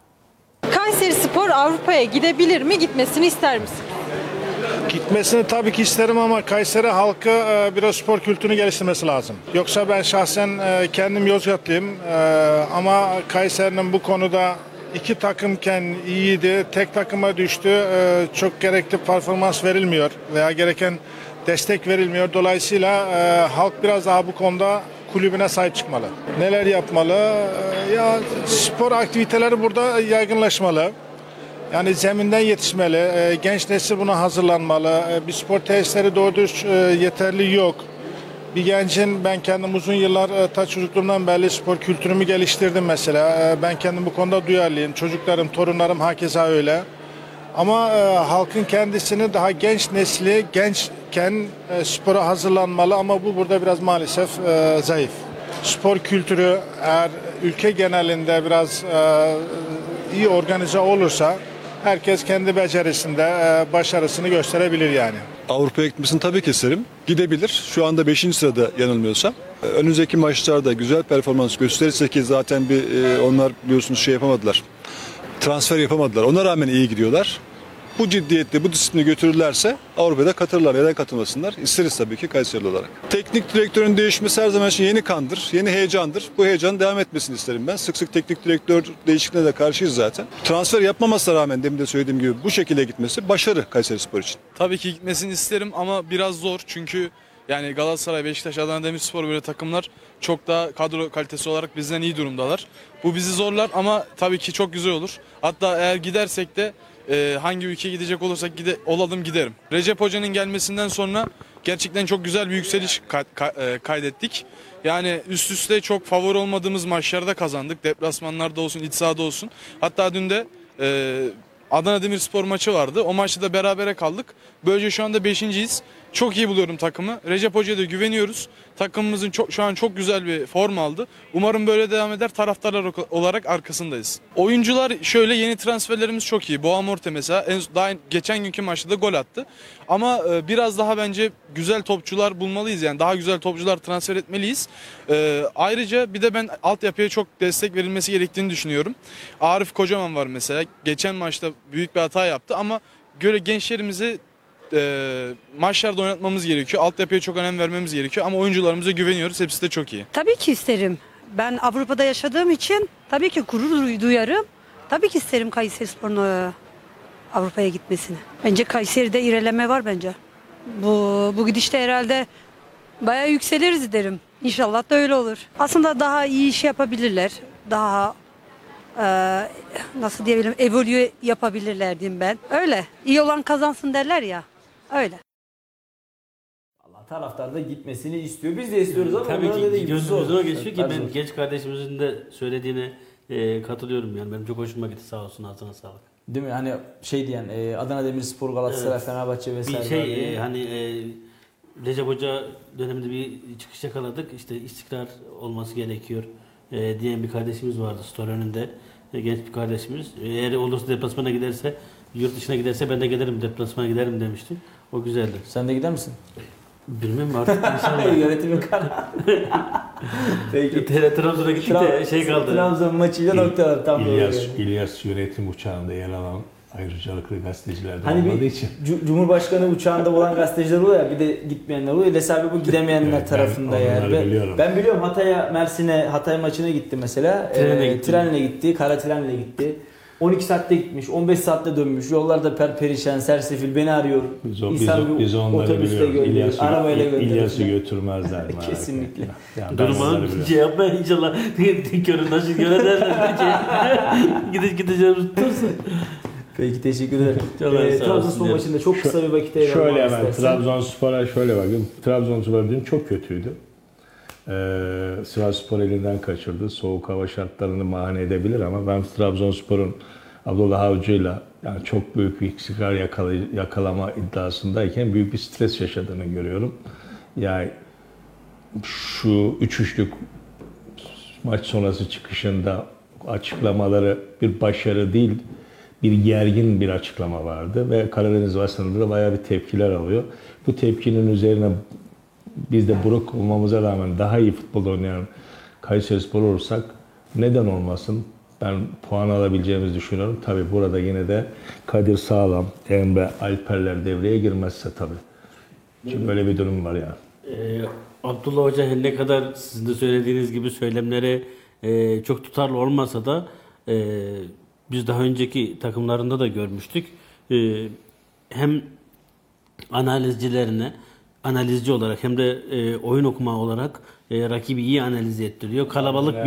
Kayserispor Avrupa'ya gidebilir mi? Gitmesini ister misin? Gitmesini tabii ki isterim ama Kayseri halkı biraz spor kültürünü geliştirmesi lazım. Yoksa ben şahsen kendim Yozgatlıyım ama Kayseri'nin bu konuda iki takımken iyiydi, tek takıma düştü. Çok gerekli performans verilmiyor veya gereken destek verilmiyor. Dolayısıyla halk biraz daha bu konuda kulübüne sahip çıkmalı. Neler yapmalı? Ya spor aktiviteleri burada yaygınlaşmalı. Yani zeminden yetişmeli, genç nesil buna hazırlanmalı. Bir spor tesisleri doğru dürüst yeterli yok. Bir gencin, ben kendim uzun yıllar ta çocukluğumdan beri spor kültürümü geliştirdim mesela. Ben kendim bu konuda duyarlıyım. Çocuklarım, torunlarım hakeza öyle. Ama halkın kendisini daha genç nesli gençken spora hazırlanmalı ama bu burada biraz maalesef zayıf. Spor kültürü eğer ülke genelinde biraz iyi organize olursa herkes kendi becerisinde başarısını gösterebilir yani. Avrupa'ya gitmesini tabii ki isterim. Gidebilir. Şu anda 5. sırada yanılmıyorsam. Önümüzdeki maçlarda güzel performans gösterirse ki zaten onlar biliyorsunuz yapamadılar. Transfer yapamadılar. Ona rağmen iyi gidiyorlar. Bu ciddiyetle, bu disiplini götürürlerse Avrupa'da katılırlar. Neden katılmasınlar? İsteriz tabii ki Kayserili olarak. Teknik direktörün değişmesi her zaman için yeni kandır, yeni heyecandır. Bu heyecanın devam etmesini isterim ben. Sık sık teknik direktör değişikliğine de karşıyız zaten. Transfer yapmamasına rağmen demin de söylediğim gibi bu şekilde gitmesi başarı Kayserispor için. Tabii ki gitmesini isterim ama biraz zor çünkü yani Galatasaray, Beşiktaş, Adana Demirspor böyle takımlar çok daha kadro kalitesi olarak bizden iyi durumdalar. Bu bizi zorlar ama tabii ki çok güzel olur. Hatta eğer gidersek de hangi ülkeye gidecek olursak olalım giderim. Recep Hoca'nın gelmesinden sonra gerçekten çok güzel bir yükseliş kaydettik. Yani üst üste çok favori olmadığımız maçlarda kazandık. Deplasmanlarda olsun, iç sahada olsun. Hatta dün de Adana Demirspor maçı vardı. O maçta da berabere kaldık. Böylece şu anda 5.'yiz. Çok iyi buluyorum takımı. Recep Hoca'ya da güveniyoruz. Takımımızın şu an çok güzel bir form aldı. Umarım böyle devam eder. Taraftarlar olarak arkasındayız. Oyuncular şöyle, yeni transferlerimiz çok iyi. Boğa Morte mesela daha geçen günkü maçta da gol attı. Ama biraz daha bence güzel topçular bulmalıyız. Yani daha güzel topçular transfer etmeliyiz. Ayrıca bir de ben altyapıya çok destek verilmesi gerektiğini düşünüyorum. Arif Kocaman var mesela. Geçen maçta büyük bir hata yaptı ama gençlerimizi maçlarda oynatmamız gerekiyor. Altyapıya çok önem vermemiz gerekiyor ama oyuncularımıza güveniyoruz. Hepsi de çok iyi. Tabii ki isterim. Ben Avrupa'da yaşadığım için tabii ki gurur duyarım. Tabii ki isterim Kayserispor'un Avrupa'ya gitmesini. Bence Kayseri'de ilerleme var bence. Bu gidişte herhalde bayağı yükseliriz derim. İnşallah da öyle olur. Aslında daha iyi iş yapabilirler. Daha nasıl diyebilirim, evolüye yapabilirler diyeyim ben. Öyle. İyi olan kazansın derler ya. Öyle. Allah, taraftar da gitmesini istiyor. Biz de istiyoruz ama Tabii onlara ki dediği gibi zor. gözümüzün o geçiyor ki Tabii ben zor. genç kardeşimizin de söylediğine katılıyorum yani. Benim çok hoşuma gitti, sağ olsun, ağzına sağlık. Değil mi? Hani şey diyen Adana Demirspor, Galatasaray, Evet. Fenerbahçe vesaire. Bir şey hani Recep Hoca döneminde bir çıkış yakaladık. İşte istikrar olması gerekiyor diyen bir kardeşimiz vardı store önünde. Genç bir kardeşimiz. Eğer olursa deplasmana giderse, yurt dışına giderse ben de gelirim, deplasmana giderim demişti. O güzeldi. Sen de gider misin? Bilmem artık inşallah. Yönetimin kararı. Peki. Trabzon'a gittik de şey kaldı. Trabzon maçıyla noktalar tam doğru. İlyas yönetim uçağında yer alan ayrıcalıklı gazetecilerden Hani olmadığı bir için. Cumhurbaşkanı uçağında olan gazeteciler oluyor ya, bir de gitmeyenler oluyor. Lesabi bu gidemeyenler Evet, tarafında ben yani. onları biliyorum. Ben biliyorum, Hatay'a, Mersin'e, Hatay maçına gitti mesela. Trenle gitti, kara trenle gitti. 12 saatte gitmiş, 15 saatte dönmüş. Yollarda perişan, sersefil, beni arıyor. Biz onları otobüste biliyoruz. gönderiyor, arabayla gönderiyor. İlyas'ı götürmezler mi? Kesinlikle. Yani Durma şey yapma inşallah. Körün taşı göre derler. Gideceğimiz tutursun. Peki, teşekkür ederim. Çok Trabzonspor maçında çok kısa bir vakit ayıralım. Şöyle hemen Trabzonspor'a şöyle bakayım. Trabzonspor dün çok kötüydü. Sivasspor elinden kaçırdı. Soğuk hava şartlarını bahane edebilir ama ben Trabzonspor'un Abdullah Avcı'yla yani çok büyük bir istikrar yakalama iddiasındayken büyük bir stres yaşadığını görüyorum. Yani şu 3-3'lük maç sonrası çıkışında açıklamaları bir başarı değil, bir gergin bir açıklama vardı ve Karadeniz basınında da bayağı bir tepkiler alıyor. Bu tepkinin üzerine biz de buruk olmamıza rağmen daha iyi futbol oynayan Kayserispor olursak neden olmasın? Ben puan alabileceğimizi düşünüyorum. Tabii burada yine de Kadir Sağlam, Emre, Alperler devreye girmezse tabii. Çünkü böyle bir durum var yani. Abdullah Hoca her ne kadar sizin de söylediğiniz gibi söylemleri çok tutarlı olmasa da biz daha önceki takımlarında da görmüştük. Hem analizci olarak hem de oyun okuma olarak rakibi iyi analiz ettiriyor. Kalabalık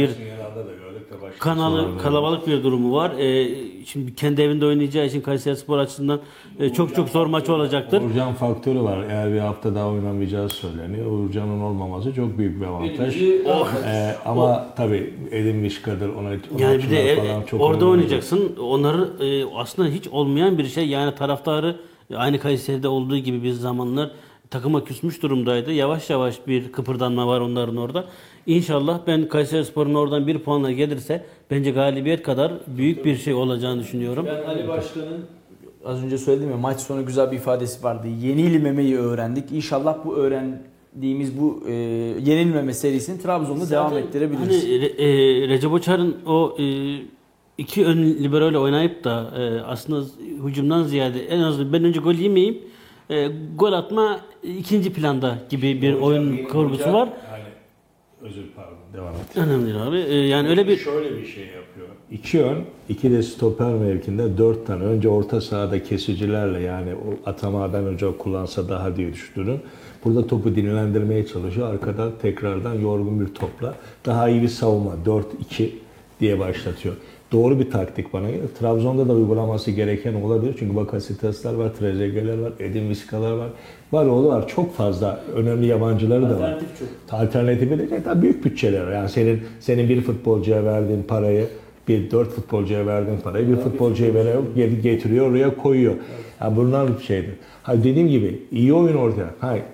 bir durumu var. Şimdi kendi evinde oynayacağı için Kayserispor açısından çok zor maç olacaktır. Uğurcan faktörü var. Eğer bir hafta daha oynamayacağı söyleniyor. Uğurcan'ın olmaması çok büyük bir avantaj. Ama tabii Edin Vişka'dır ona yani bir de falan çok orada önemli. oynayacaksın. Onları aslında hiç olmayan bir şey. Yani taraftarı aynı Kayseri'de olduğu gibi bir zamanlar takıma küsmüş durumdaydı. Yavaş yavaş bir kıpırdanma var onların orada. İnşallah ben Kayserispor'un oradan bir puanla gelirse bence galibiyet kadar büyük bir şey olacağını düşünüyorum. Ben Ali Başkan'ın az önce söyledim ya, maç sonu güzel bir ifadesi vardı. Yenilmemeyi öğrendik. İnşallah bu öğrendiğimiz bu yenilmeme serisini Trabzon'da devam ettirebiliriz. Hani Recep Uçar'ın o iki ön libero ile oynayıp da aslında hücumdan ziyade en azından ben önce gol yemeyeyim, gol atma ikinci planda gibi bir oyun kurgusu var. Özür pardon. Devam et. Önemli değil abi. Yani öyle bir Şöyle bir şey yapıyor. 2 ön, 2 de stoper mevkinde 4 tane. Önce orta sahada kesicilerle yani o atamadan önce kullansa daha diye düşünüyorum. Burada topu dinlendirmeye çalışıyor. Arkada tekrardan yorgun bir topla. Daha iyi bir savunma. 4-2 diye başlatıyor. Doğru bir taktik bana göre. Trabzon'da da uygulaması gereken olabilir. Çünkü Bakasetaslar var, Trezeguet'ler var, Edin Visca'lar var. Var oğlu var. Çok fazla önemli yabancıları da var. Alternatifi de tabii büyük bütçeler var. Yani senin bir futbolcuya verdiğin parayı, bir 4 futbolcuya verdiğin parayı bir futbolcuya veriyor, getiriyor, oraya koyuyor. Yani bunlar bir şeydir. Dediğim gibi iyi oyun ortaya.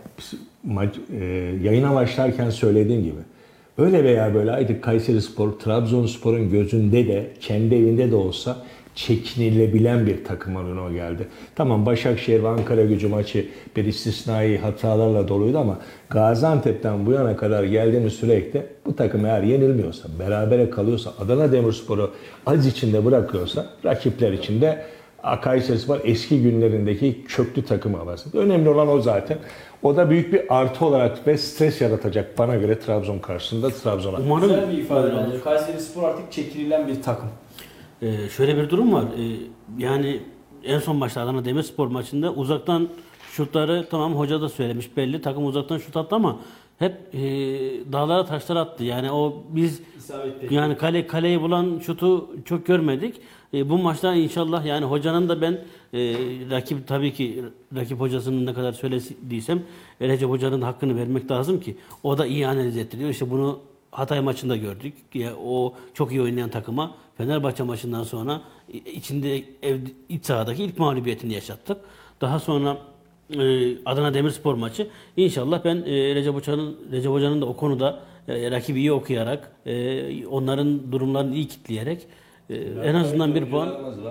Yayına başlarken söylediğim gibi. Öyle veya böyle artık Kayserispor, Trabzonspor'un gözünde de, kendi evinde de olsa çekinilebilen bir takım haline geldi. Tamam, Başakşehir ve Ankaragücü maçı bir istisnai hatalarla doluydu ama Gaziantep'ten bu yana kadar geldiğimiz süreçte bu takım eğer yenilmiyorsa, berabere kalıyorsa, Adana Demirspor'u az içinde bırakıyorsa rakipler içinde Kayserispor eski günlerindeki köklü takım havası. Önemli olan o zaten. O da büyük bir artı olarak ve stres yaratacak bana göre Trabzon karşısında Trabzon'a. Umarım güzel bir ifade bence. Kayserispor artık çekinilen bir takım. Şöyle bir durum var. Yani en son maçta Adana Demirspor maçında uzaktan şutları tamam hoca da söylemiş belli. Takım uzaktan şut attı ama hep dağlara taşlara attı. Yani o biz İsabetli. Yani kaleyi bulan şutu çok görmedik. Bu maçta inşallah yani hocanın da ben rakip tabii ki rakip hocasının ne kadar söylediysem Recep Hoca'nın da hakkını vermek lazım ki o da iyi analiz ettiriyor. İşte bunu Hatay maçında gördük. O çok iyi oynayan takıma Fenerbahçe maçından sonra içinde iç sahadaki ilk mağlubiyetini yaşattık. Daha sonra Adana Demirspor maçı. İnşallah ben Recep Hoca'nın da o konuda rakibi iyi okuyarak onların durumlarını iyi kitleyerek en azından bir puan.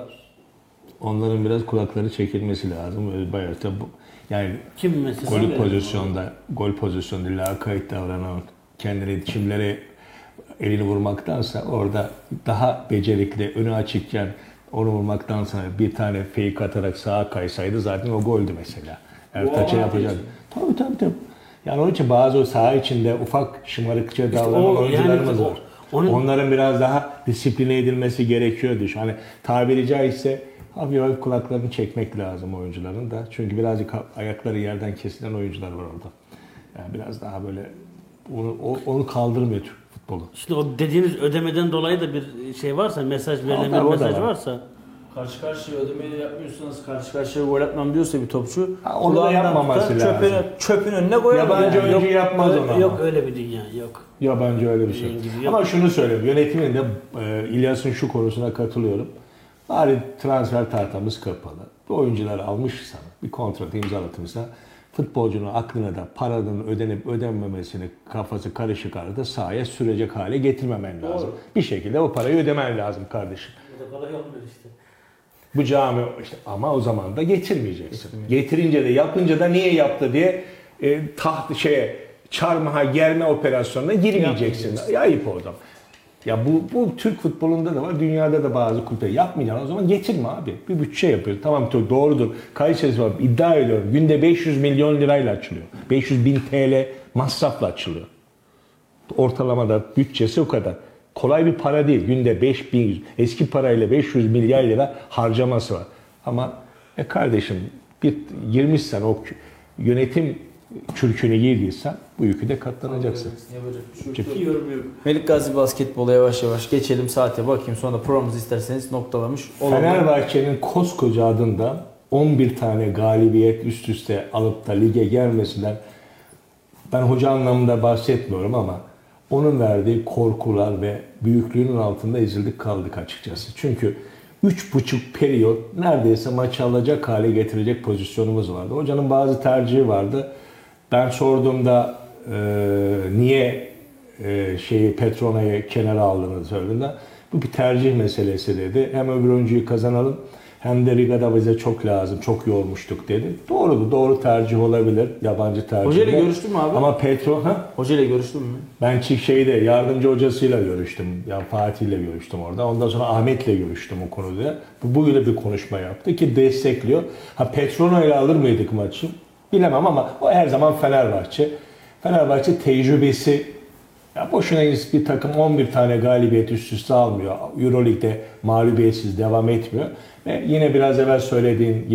Onların biraz kulakları çekilmesi lazım. Bayağı yani kim mesela gol pozisyonunda lakayt davranan, kendini çimlere elini vurmaktansa orada daha becerikli, önü açıkken onu vurmaktansa bir tane fake atarak sağa kaysaydı zaten o goldü mesela. Ertaç'a yapacak. Tabii. Yani onun için bazı saha içinde ufak şımarıkça davranan oyuncularımız var. Onların biraz daha disipline edilmesi gerekiyordu. Hani tabiri caizse hafif kulaklarını çekmek lazım oyuncuların da. Çünkü birazcık ayakları yerden kesilen oyuncular var orada. Yani biraz daha böyle onu kaldırmıyor Türk futbolu. Şimdi o dediğiniz ödemeden dolayı da bir şey varsa, verilen bir mesaj varsa. Karşı karşıya ödemeyi yapmıyorsanız, karşı karşıya gol atmam diyorsa bir topçu, onu da yapmaması lazım. Çöpün önüne koyar. Yabancı oyuncu yapmaz onu. Yok öyle bir dünya yok. Yabancı öyle bir şey. Ama şunu söyleyeyim, yönetimin de İlyas'ın şu konusuna katılıyorum. Bari transfer tahtamız kapalı. Bir oyuncuları almışsa, bir kontrat imzalatırsa futbolcunun aklına da paranın ödenip ödenmemesini kafası karışık arada sahaya sürecek hale getirmemen lazım. Doğru. Bir şekilde o parayı ödemen lazım kardeşim. Bu da kolay olmuyor işte. Bu cami işte ama o zaman da getirmeyeceksin. Getirince de yapınca da niye yaptı diye çarmıha germe operasyonuna girmeyeceksin. Ayıp o zaman. Ya bu Türk futbolunda da var, dünyada da bazı kulüpler yapmayacaksın. O zaman getirme abi. Bir bütçe yapıyor. Tamam doğrudur. Kayserispor iddia ediyorum. Günde 500 milyon lirayla açılıyor. 500 bin TL masrafla açılıyor. Ortalamada bütçesi o kadar. Kolay bir para değil. Günde 5.100 eski parayla 500 milyar lira harcaması var. Ama kardeşim girmişsen o yönetim kürkünü giydiysen bu yükü de katlanacaksın. Melik Gazi Basketbol'a yavaş yavaş geçelim, saate bakayım, sonra programımızı isterseniz noktalamış olalım. Fenerbahçe'nin koskoca adından 11 tane galibiyet üst üste alıp da lige gelmesinden ben hoca anlamında bahsetmiyorum ama onun verdiği korkular ve büyüklüğünün altında ezildik kaldık açıkçası. Çünkü 3,5 periyot neredeyse maçı alacak hale getirecek pozisyonumuz vardı. Hocanın bazı tercihi vardı. Ben sorduğumda niye Petrona'yı kenara aldığını söylediğinde bu bir tercih meselesi dedi. Hem öbür oyuncuyu kazanalım hem de Riga'da bize çok lazım, çok yormuştuk dedi. Doğrudur, doğru tercih olabilir, yabancı tercih. Hoca ile görüştün mü abi? Ama Hoca ile görüştün mü? Ben yardımcı hocasıyla görüştüm. Yani Fatih ile görüştüm orada. Ondan sonra Ahmet'le görüştüm o konuda. Bugün de bir konuşma yaptı ki destekliyor. Petrona ile alır mıydık maçı? Bilemem ama o her zaman Fenerbahçe. Fenerbahçe tecrübesi, ya boşuna bir takım 11 tane galibiyet üst üste almıyor. Euroleague'de mağlubiyetsiz devam etmiyor. Ve yine biraz evvel söylediğin gibi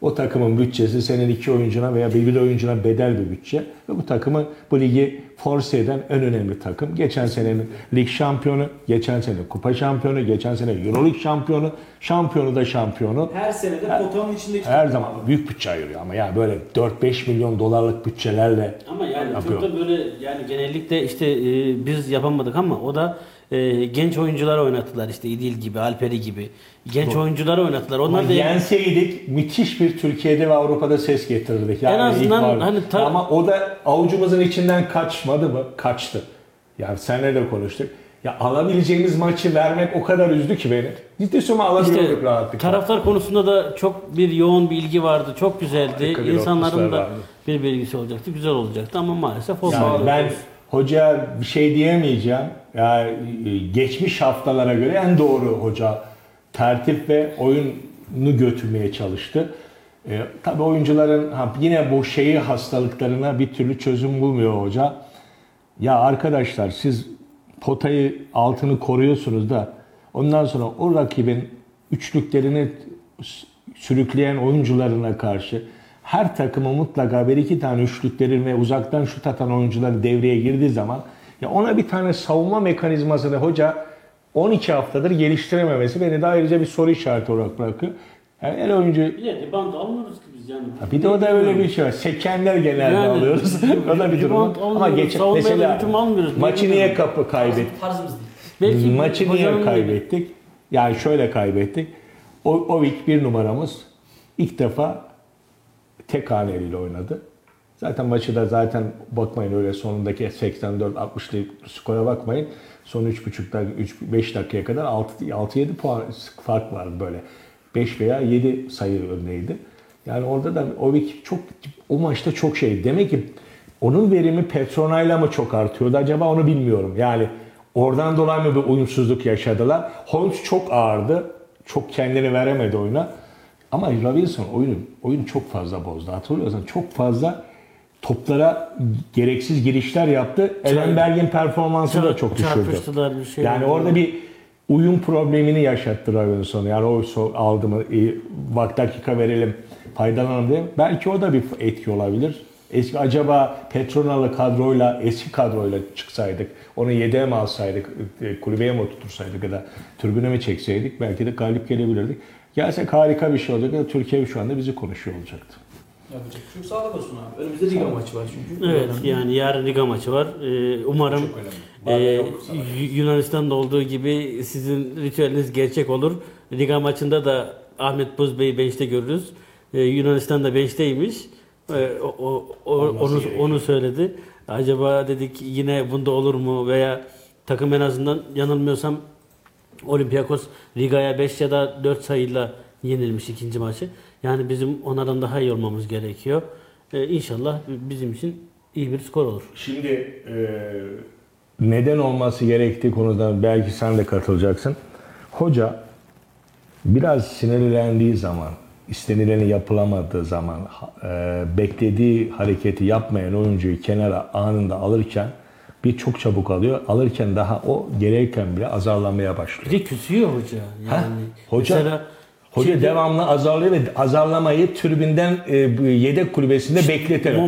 O takımın bütçesi senin 2 oyuncuna veya bir oyuncuna bedel bir bütçe. Ve bu takımı bu ligi force eden en önemli takım. Geçen senenin lig şampiyonu, geçen sene kupa şampiyonu, geçen sene Euroleague şampiyonu, şampiyonu da şampiyonu. Her sene de potanın içindeki her zaman büyük bütçe ayırıyor ama yani böyle 4-5 milyon dolarlık bütçelerle Ama yani yapıyor. çok da böyle yani genellikle işte biz yapamadık ama o da genç oyuncular oynattılar işte İdil gibi, Alperi gibi. Genç oyuncuları oynattılar. Onlar Ama da yenseydik müthiş bir Türkiye'de ve Avrupa'da ses getirirdik. Yani en azından ilk hani ama o da avucumuzun içinden kaçmadı mı? Kaçtı. Yani seninle de konuştuk. Ya alabileceğimiz maçı vermek o kadar üzdü ki beni. Ciddi söylüyorum alabiliyorduk işte, rahatlıkla. taraftar konusunda da çok bir yoğun bir ilgi vardı. Çok güzeldi. Harika bir İnsanların atmosfer da vardı. bir bilgisi olacaktı. Güzel olacaktı ama maalesef olmadı. Yani ben hoca bir şey diyemeyeceğim. Yani geçmiş haftalara göre en doğru hoca tertip ve oyunu götürmeye çalıştı. Tabii oyuncuların yine bu hastalıklarına bir türlü çözüm bulmuyor hoca. Ya arkadaşlar siz potayı altını koruyorsunuz da ondan sonra o rakibin üçlüklerini sürükleyen oyuncularına karşı her takımı mutlaka bir iki tane üçlükleri ve uzaktan şut atan oyuncuları devreye girdiği zaman ya ona bir tane savunma mekanizmasını hoca 12 haftadır geliştirememesi beni de ayrıca bir soru işareti olarak bırakıyor. Yani el oyuncu... Bir de rebound almıyoruz ki biz yani. Bir de o da öyle bir şey var. Sekenler genelde yani, alıyoruz. O da bir durum. Ama mesela maçı niye kaybettik? Tarzımız değil. Maçı niye kaybettik? Yani şöyle kaybettik. Ovik bir numaramız ilk defa tek haneliyle oynadı. Zaten maçı da bakmayın öyle sonundaki 84-60'lık skora bakmayın. Son 5 dakikaya kadar 6-7 puan fark vardı böyle. 5 veya 7 sayı öndeydi. Yani orada da Ovik o maçta çok şey. Demek ki onun verimi Petrona'yla mı çok artıyordu acaba onu bilmiyorum. Yani oradan dolayı mı bir uyumsuzluk yaşadılar. Holmes çok ağırdı. Çok kendini veremedi oyuna. Ama Robinson oyunu çok fazla bozdu. Hatırlıyorsan çok fazla toplara gereksiz girişler yaptı. Ellenberg'in performansı da çok düşürdü. Yani orada bir uyum problemini yaşattı Robinson'u. Yani o aldı mı bak dakika verelim faydalanalım diye. Belki o da bir etki olabilir. Acaba Petrona'lı kadroyla eski kadroyla çıksaydık onu yedeğe mi alsaydık kulübeye mi oturtursaydık ya da tribüne mi çekseydik belki de galip gelebilirdik. Gelsek harika bir şey olacak. Türkiye şu anda bizi konuşuyor olacaktı. Çünkü sağlık olsun abi. Önümüzde Liga maçı var çünkü. Evet yani yarın Liga maçı var. Umarım Yunanistan'da olduğu gibi sizin ritüeliniz gerçek olur. Liga maçında da Ahmet Buz Bey'i bench'te görürüz. Yunanistan'da bench'teymiş. Onu söyledi. Acaba dedik yine bunda olur mu veya takım en azından yanılmıyorsam Olympiakos Riga'ya 5 ya da 4 sayıyla yenilmiş ikinci maçı. Yani bizim onlardan daha iyi olmamız gerekiyor. İnşallah bizim için iyi bir skor olur. Şimdi neden olması gerektiği konuda belki sen de katılacaksın. Hoca biraz sinirlendiği zaman, istenileni yapılamadığı zaman, beklediği hareketi yapmayan oyuncuyu kenara anında alırken çok çabuk alıyor. Alırken daha o gereken bile azarlamaya başlıyor. Bir de küsüyor hoca. Yani Hoca devamlı azarlıyor ve azarlamayı tribünden yedek kulübesinde bekletiyor.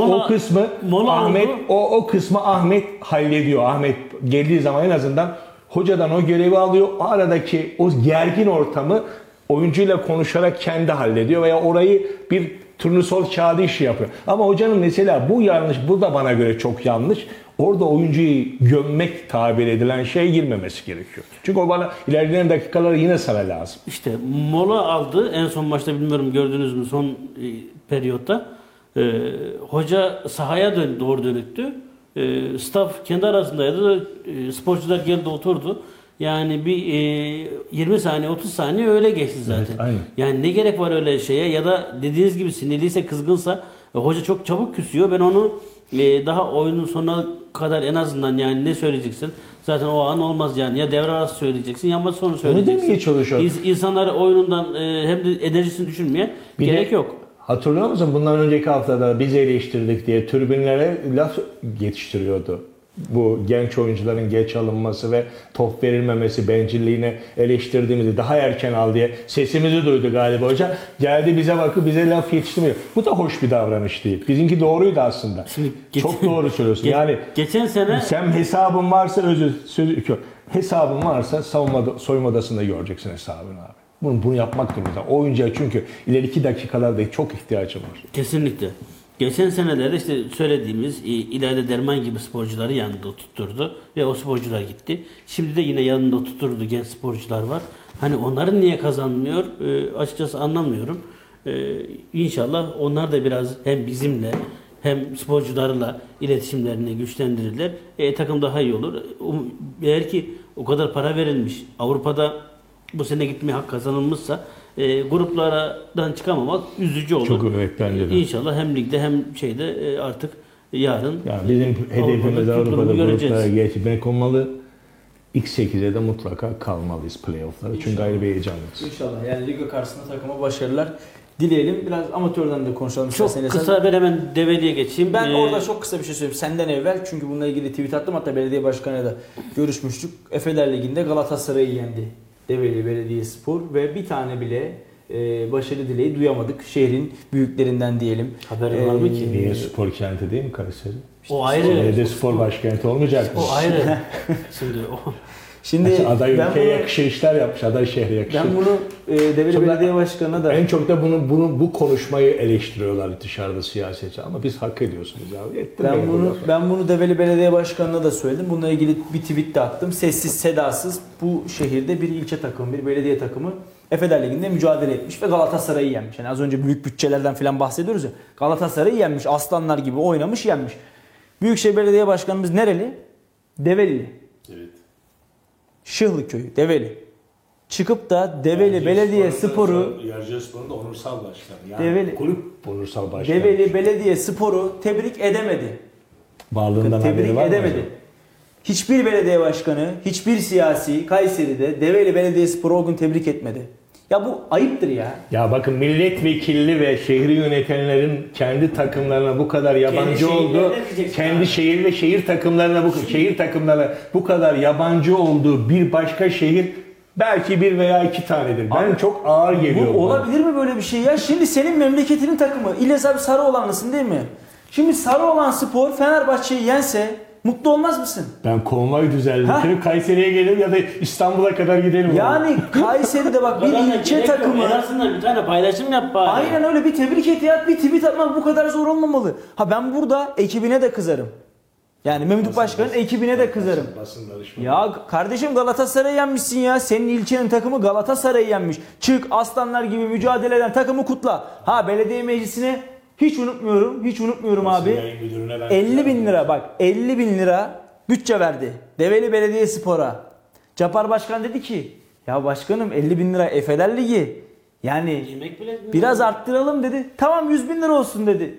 O kısmı Ahmet hallediyor. Ahmet geldiği zaman en azından hocadan o görevi alıyor. O aradaki o gergin ortamı oyuncuyla konuşarak kendi hallediyor veya orayı bir turnusol kağıdı işi yapıyor. Ama hocanın mesela bu yanlış, bu da bana göre çok yanlış. Orada oyuncuyu gömmek tabir edilen şeye girmemesi gerekiyor. Çünkü o bana ilerleyen dakikaları yine sana lazım. İşte mola aldı. En son maçta bilmiyorum gördünüz mü son periyotta. Hoca sahaya doğru dönüktü. Staff kendi arasındaydı. Sporcular geldi oturdu. Yani bir 20 saniye 30 saniye öyle geçti zaten. Evet, aynen. Yani ne gerek var öyle şeye ya da dediğiniz gibi sinirliyse kızgınsa hoca çok çabuk küsüyor. Ben onu daha oyunun sonuna kadar en azından yani ne söyleyeceksin? Zaten o an olmaz yani. Ya devre arası söyleyeceksin ya maç sonu söyleyeceksin. Onu demeye çalışıyorum. İnsanlar oyunundan hem de enerjisini düşürmeye gerek yok. Hatırlıyor musun? Bundan önceki haftada biz eleştirdik diye tribünlere laf yetiştiriyordu. bu genç oyuncuların geç alınması ve top verilmemesi, bencilliğine eleştirdiğimizi daha erken al diye sesimizi duydu galiba hoca. Geldi bize bakıp bize laf yetiştirmiyor. Bu da hoş bir davranış değil. Bizimki doğruydu aslında. Çok doğru söylüyorsun. Yani geçen sene sen hesabın varsa hesabın varsa soyunma odasında göreceksin hesabını abi. Bunu yapmak durumunda. O oyuncuya çünkü ileriki dakikalarda çok ihtiyacım var. Kesinlikle. Geçen senelerde işte söylediğimiz İlayda Derman gibi sporcuları yanında tutturdu ve o sporcular gitti. Şimdi de yine yanında tutturdu genç sporcular var. Hani onların niye kazanmıyor açıkçası anlamıyorum. İnşallah onlar da biraz hem bizimle hem sporcularla iletişimlerini güçlendirirler. Takım daha iyi olur. Eğer ki o kadar para verilmiş, Avrupa'da bu sene gitmeye hak kazanılmışsa gruplardan çıkamamak üzücü olur. Çok evet bence de. İnşallah hem ligde hem şeyde artık yarın yani bizim hedefimiz Avrupa'da gruplara geçmek olmalı. X8'e de mutlaka kalmalıyız playoff'lara. Çünkü ayrı bir heyecanlıyız. İnşallah. Yani Liga karşısında takıma başarılar dileyelim. Biraz amatörden de konuşalım. Çok kısa ben hemen Develi'ye geçeyim. Ben orada çok kısa bir şey söyleyeyim. Senden evvel çünkü bununla ilgili tweet attım. Hatta belediye başkanıyla da görüşmüştük. Efeler Ligi'nde Galatasaray'ı yendi Develi Belediyespor ve bir tane bile başarı dileği duyamadık. Şehrin büyüklerinden diyelim. Haberin var mı ki? Niye spor kenti değil mi Kayseri? O ayrı. Belediye spor başkenti olmayacak mı? O ayrı. Şimdi aday ülkeye yakışır işler yapmış, aday şehre yakışır. Ben bunu Develi Belediye Başkanı'na da... En çok da bu konuşmayı eleştiriyorlar dışarıda siyasetçi ama biz hak ediyorsunuz abi. Ben bunu Develi Belediye Başkanı'na da söyledim. Bununla ilgili bir tweet de attım. Sessiz sedasız bu şehirde bir ilçe takımı, bir belediye takımı Efeler Ligi'nde mücadele etmiş ve Galatasaray'ı yenmiş. Yani az önce büyük bütçelerden falan bahsediyoruz ya. Galatasaray'ı yenmiş, aslanlar gibi oynamış, yenmiş. Büyükşehir Belediye Başkanımız nereli? Develili. Evet. Şıhlı köyü, Develi. Çıkıp da Develi Belediyespor'u Yarıcıspor'un da onursal başkanı. Yani Develi, kulüp onursal başkanı. Develi Belediyespor'u tebrik edemedi. Varlığından tebrik edemedi. Hiçbir belediye başkanı, hiçbir siyasi Kayseri'de Develi Belediyespor'u o gün tebrik etmedi. Ya bu ayıptır ya. Ya bakın milletvekilli ve şehri yönetenlerin kendi takımlarına bu kadar yabancı olduğu, kendi şehir ve şehir takımlarına bu kadar yabancı olduğu bir başka şehir belki bir veya iki tanedir. Ben çok ağır geliyor. Bu olabilir mi böyle bir şey ya? Şimdi senin memleketinin takımı İlyas abi Sarıoğlanlısın değil mi? Şimdi Sarıoğlanspor Fenerbahçe'yi yense mutlu olmaz mısın? Ben konvoy düzenletirip Kayseri'ye gelirim ya da İstanbul'a kadar gidelim. Yani Kayseri'de bak bir ilçe takımı. Bir tane paylaşım yap bari. Aynen öyle, bir tebrik et ya, bir tweet atmak bu kadar zor olmamalı. Ha ben burada ekibine de kızarım. Yani Memduh Başkan'ın ekibine de kızarım. Ya kardeşim Galatasaray'ı yenmişsin ya. Senin ilçenin takımı Galatasaray'ı yenmiş. Çık aslanlar gibi mücadele eden takımı kutla. Ha belediye meclisine hiç unutmuyorum abi. 50 bin lira bak 50 bin lira bütçe verdi Develi Belediyespor'a. Capar Başkan dedi ki ya başkanım 50 bin lira Efeler Ligi. Yani biraz arttıralım dedi. Tamam 100 bin lira olsun dedi.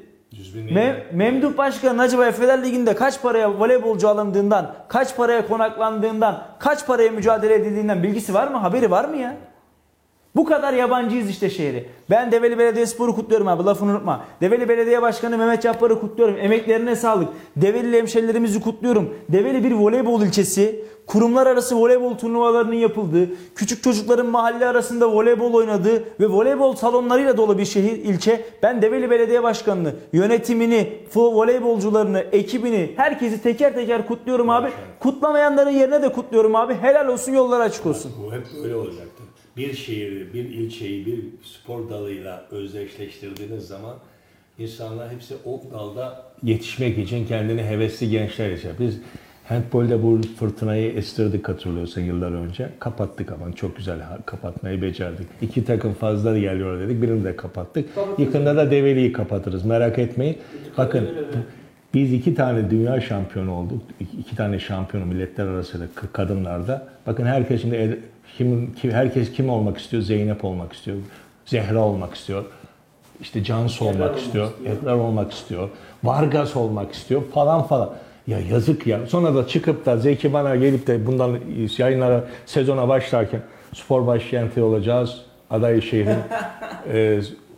Memduh Başkan'ın acaba Efeler Ligi'nde kaç paraya voleybolcu alındığından, kaç paraya konaklandığından, kaç paraya mücadele edildiğinden bilgisi var mı? Haberi var mı ya? Bu kadar yabancıyız işte şehri. Ben Develi Belediyespor'u kutluyorum abi, lafını unutma. Develi Belediye Başkanı Mehmet Cabbar'ı kutluyorum. Emeklerine sağlık. Develi hemşerilerimizi kutluyorum. Develi bir voleybol ilçesi. Kurumlar arası voleybol turnuvalarının yapıldığı, küçük çocukların mahalle arasında voleybol oynadığı ve voleybol salonlarıyla dolu bir şehir, ilçe. Ben Develi Belediye Başkanı'nı, yönetimini, voleybolcularını, ekibini, herkesi teker teker kutluyorum abi. Kutlamayanların yerine de kutluyorum abi. Helal olsun, yollar açık olsun. Bu hep böyle olacaktır. Bir şehri, bir ilçeyi bir spor dalıyla özdeşleştirdiğiniz zaman insanlar hepsi o dalda yetişmek için kendini hevesli gençler yaşar. Biz handbolde bu fırtınayı estirdik hatırlıyorsan yıllar önce. Kapattık ama çok güzel kapatmayı becerdik. 2 takım fazla geliyor dedik. Birini de kapattık. Yakında da Develi'yi kapatırız. Merak etmeyin. Bakın biz 2 tane dünya şampiyonu olduk. 2 tane şampiyonu milletler arasında kadınlarda. Bakın herkes şimdi herkes kim olmak istiyor? Zeynep olmak istiyor. Zehra olmak istiyor. İşte Cansu olmak istiyor. Ebrar olmak istiyor. Vargas olmak istiyor falan. Ya yazık ya. Sonra da çıkıp da Zeki bana gelip de bundan yayınlara sezona başlarken spor başkenti olacağız. Aday şehrin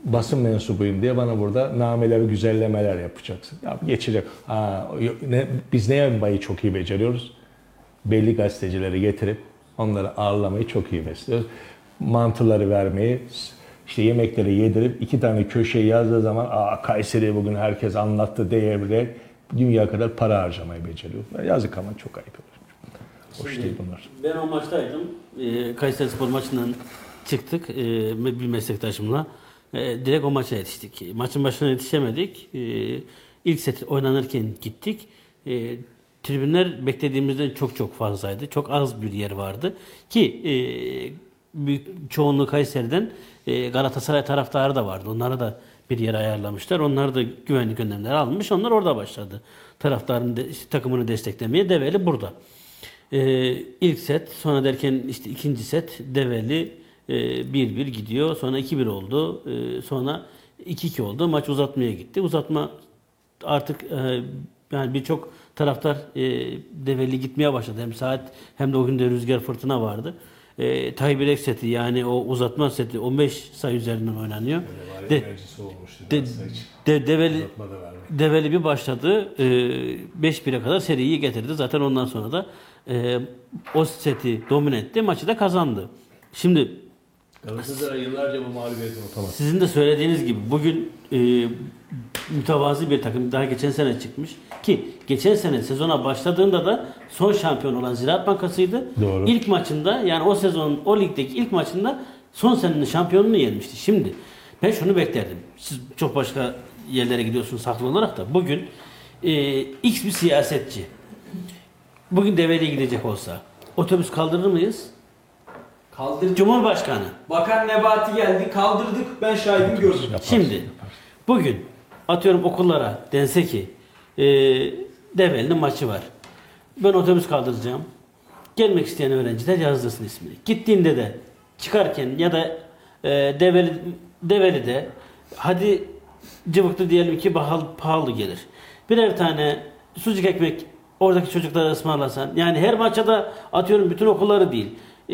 basın mensubuyum diye bana burada nameler, güzellemeler yapacaksın. Ya geçecek. Biz ne yapmayı çok iyi beceriyoruz? Belli gazetecileri getirip onları ağırlamayı çok iyi besliyoruz. Mantıları vermeyi, işte yemekleri yedirip 2 tane köşeyi yazdığı zaman Kayseri'yi bugün herkes anlattı diyebilerek dünya kadar para harcamayı beceriyoruz. Yazık ama çok ayıp olur. Hoş değil bunlar. Ben o maçtaydım. Kayseri Spor maçından çıktık bir meslektaşımla. Direkt o maça yetiştik. Maçın başına yetişemedik. İlk set oynanırken gittik. Tribünler beklediğimizden çok fazlaydı. Çok az bir yer vardı. Ki büyük çoğunluğu Kayseri'den Galatasaray taraftarı da vardı. Onlara da bir yer ayarlamışlar. Onlar da güvenlik önlemleri almış. Onlar orada başladı. Taraftarın takımını desteklemeye. Develi burada. İlk set, sonra derken işte ikinci set Develi 1-1 gidiyor. Sonra 2-1 oldu. Sonra 2-2 oldu. Maç uzatmaya gitti. Uzatma artık yani birçok taraftar Develi gitmeye başladı. Hem saat hem de o gün de rüzgar fırtına vardı. Tie-break seti yani o uzatma seti 15 sayı üzerinden oynanıyor. Develi bir başladı. 5-1'e kadar seriyi getirdi. Zaten ondan sonra da o seti domine etti. Maçı da kazandı. Şimdi Galatasaray yıllarca bu mağlubiyeti unutamaz. Sizin de söylediğiniz gibi bugün mütevazı bir takım daha geçen sene çıkmış ki geçen sene sezona başladığında da son şampiyon olan Ziraat Bankası'ydı. Doğru. İlk maçında yani o sezonun o ligdeki ilk maçında son senenin şampiyonunu yenmişti. Şimdi ben şunu beklerdim. Siz çok başka yerlere gidiyorsunuz haklı olarak da bugün X bir siyasetçi bugün Develi'ye gidecek olsa otobüs kaldırır mıyız? Kaldırdık. Cumhurbaşkanı. Bakan Nebati geldi, kaldırdık. Ben şahidim gördüm. Şimdi bugün atıyorum okullara dense ki Develi'nin maçı var. Ben otobüs kaldıracağım. Gelmek isteyen öğrenciler yazdırsın ismini. Gittiğinde de çıkarken ya da Develi'de hadi cıvıklı diyelim ki pahalı gelir. Birer tane sucuk ekmek oradaki çocuklara ısmarlasan. Yani her maça da atıyorum bütün okulları değil.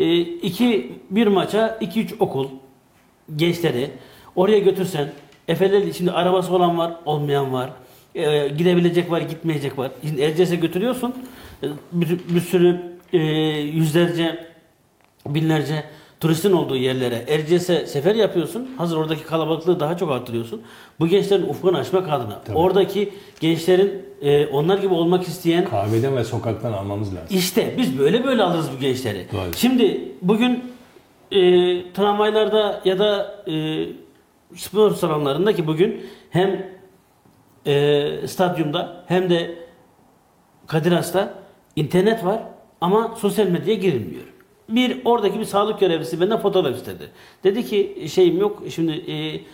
Bir maça 2-3 okul gençleri oraya götürsen Efeler şimdi arabası olan var olmayan var gidebilecek var gitmeyecek var. Şimdi Erciyes'e götürüyorsun bir sürü yüzlerce binlerce turistin olduğu yerlere Erciyes'e sefer yapıyorsun. Hazır oradaki kalabalıklığı daha çok arttırıyorsun. Bu gençlerin ufkunu açmak adına. Tabii. Oradaki gençlerin onlar gibi olmak isteyen kahveden ve sokaktan almamız lazım. İşte biz böyle alırız bu gençleri. Doğru. Şimdi bugün tramvaylarda ya da spor salonlarında ki bugün hem stadyumda hem de Kadir Has'ta internet var ama sosyal medyaya girilmiyor. Oradaki bir sağlık görevlisi benden fotoğraf istedi. Dedi ki şeyim yok şimdi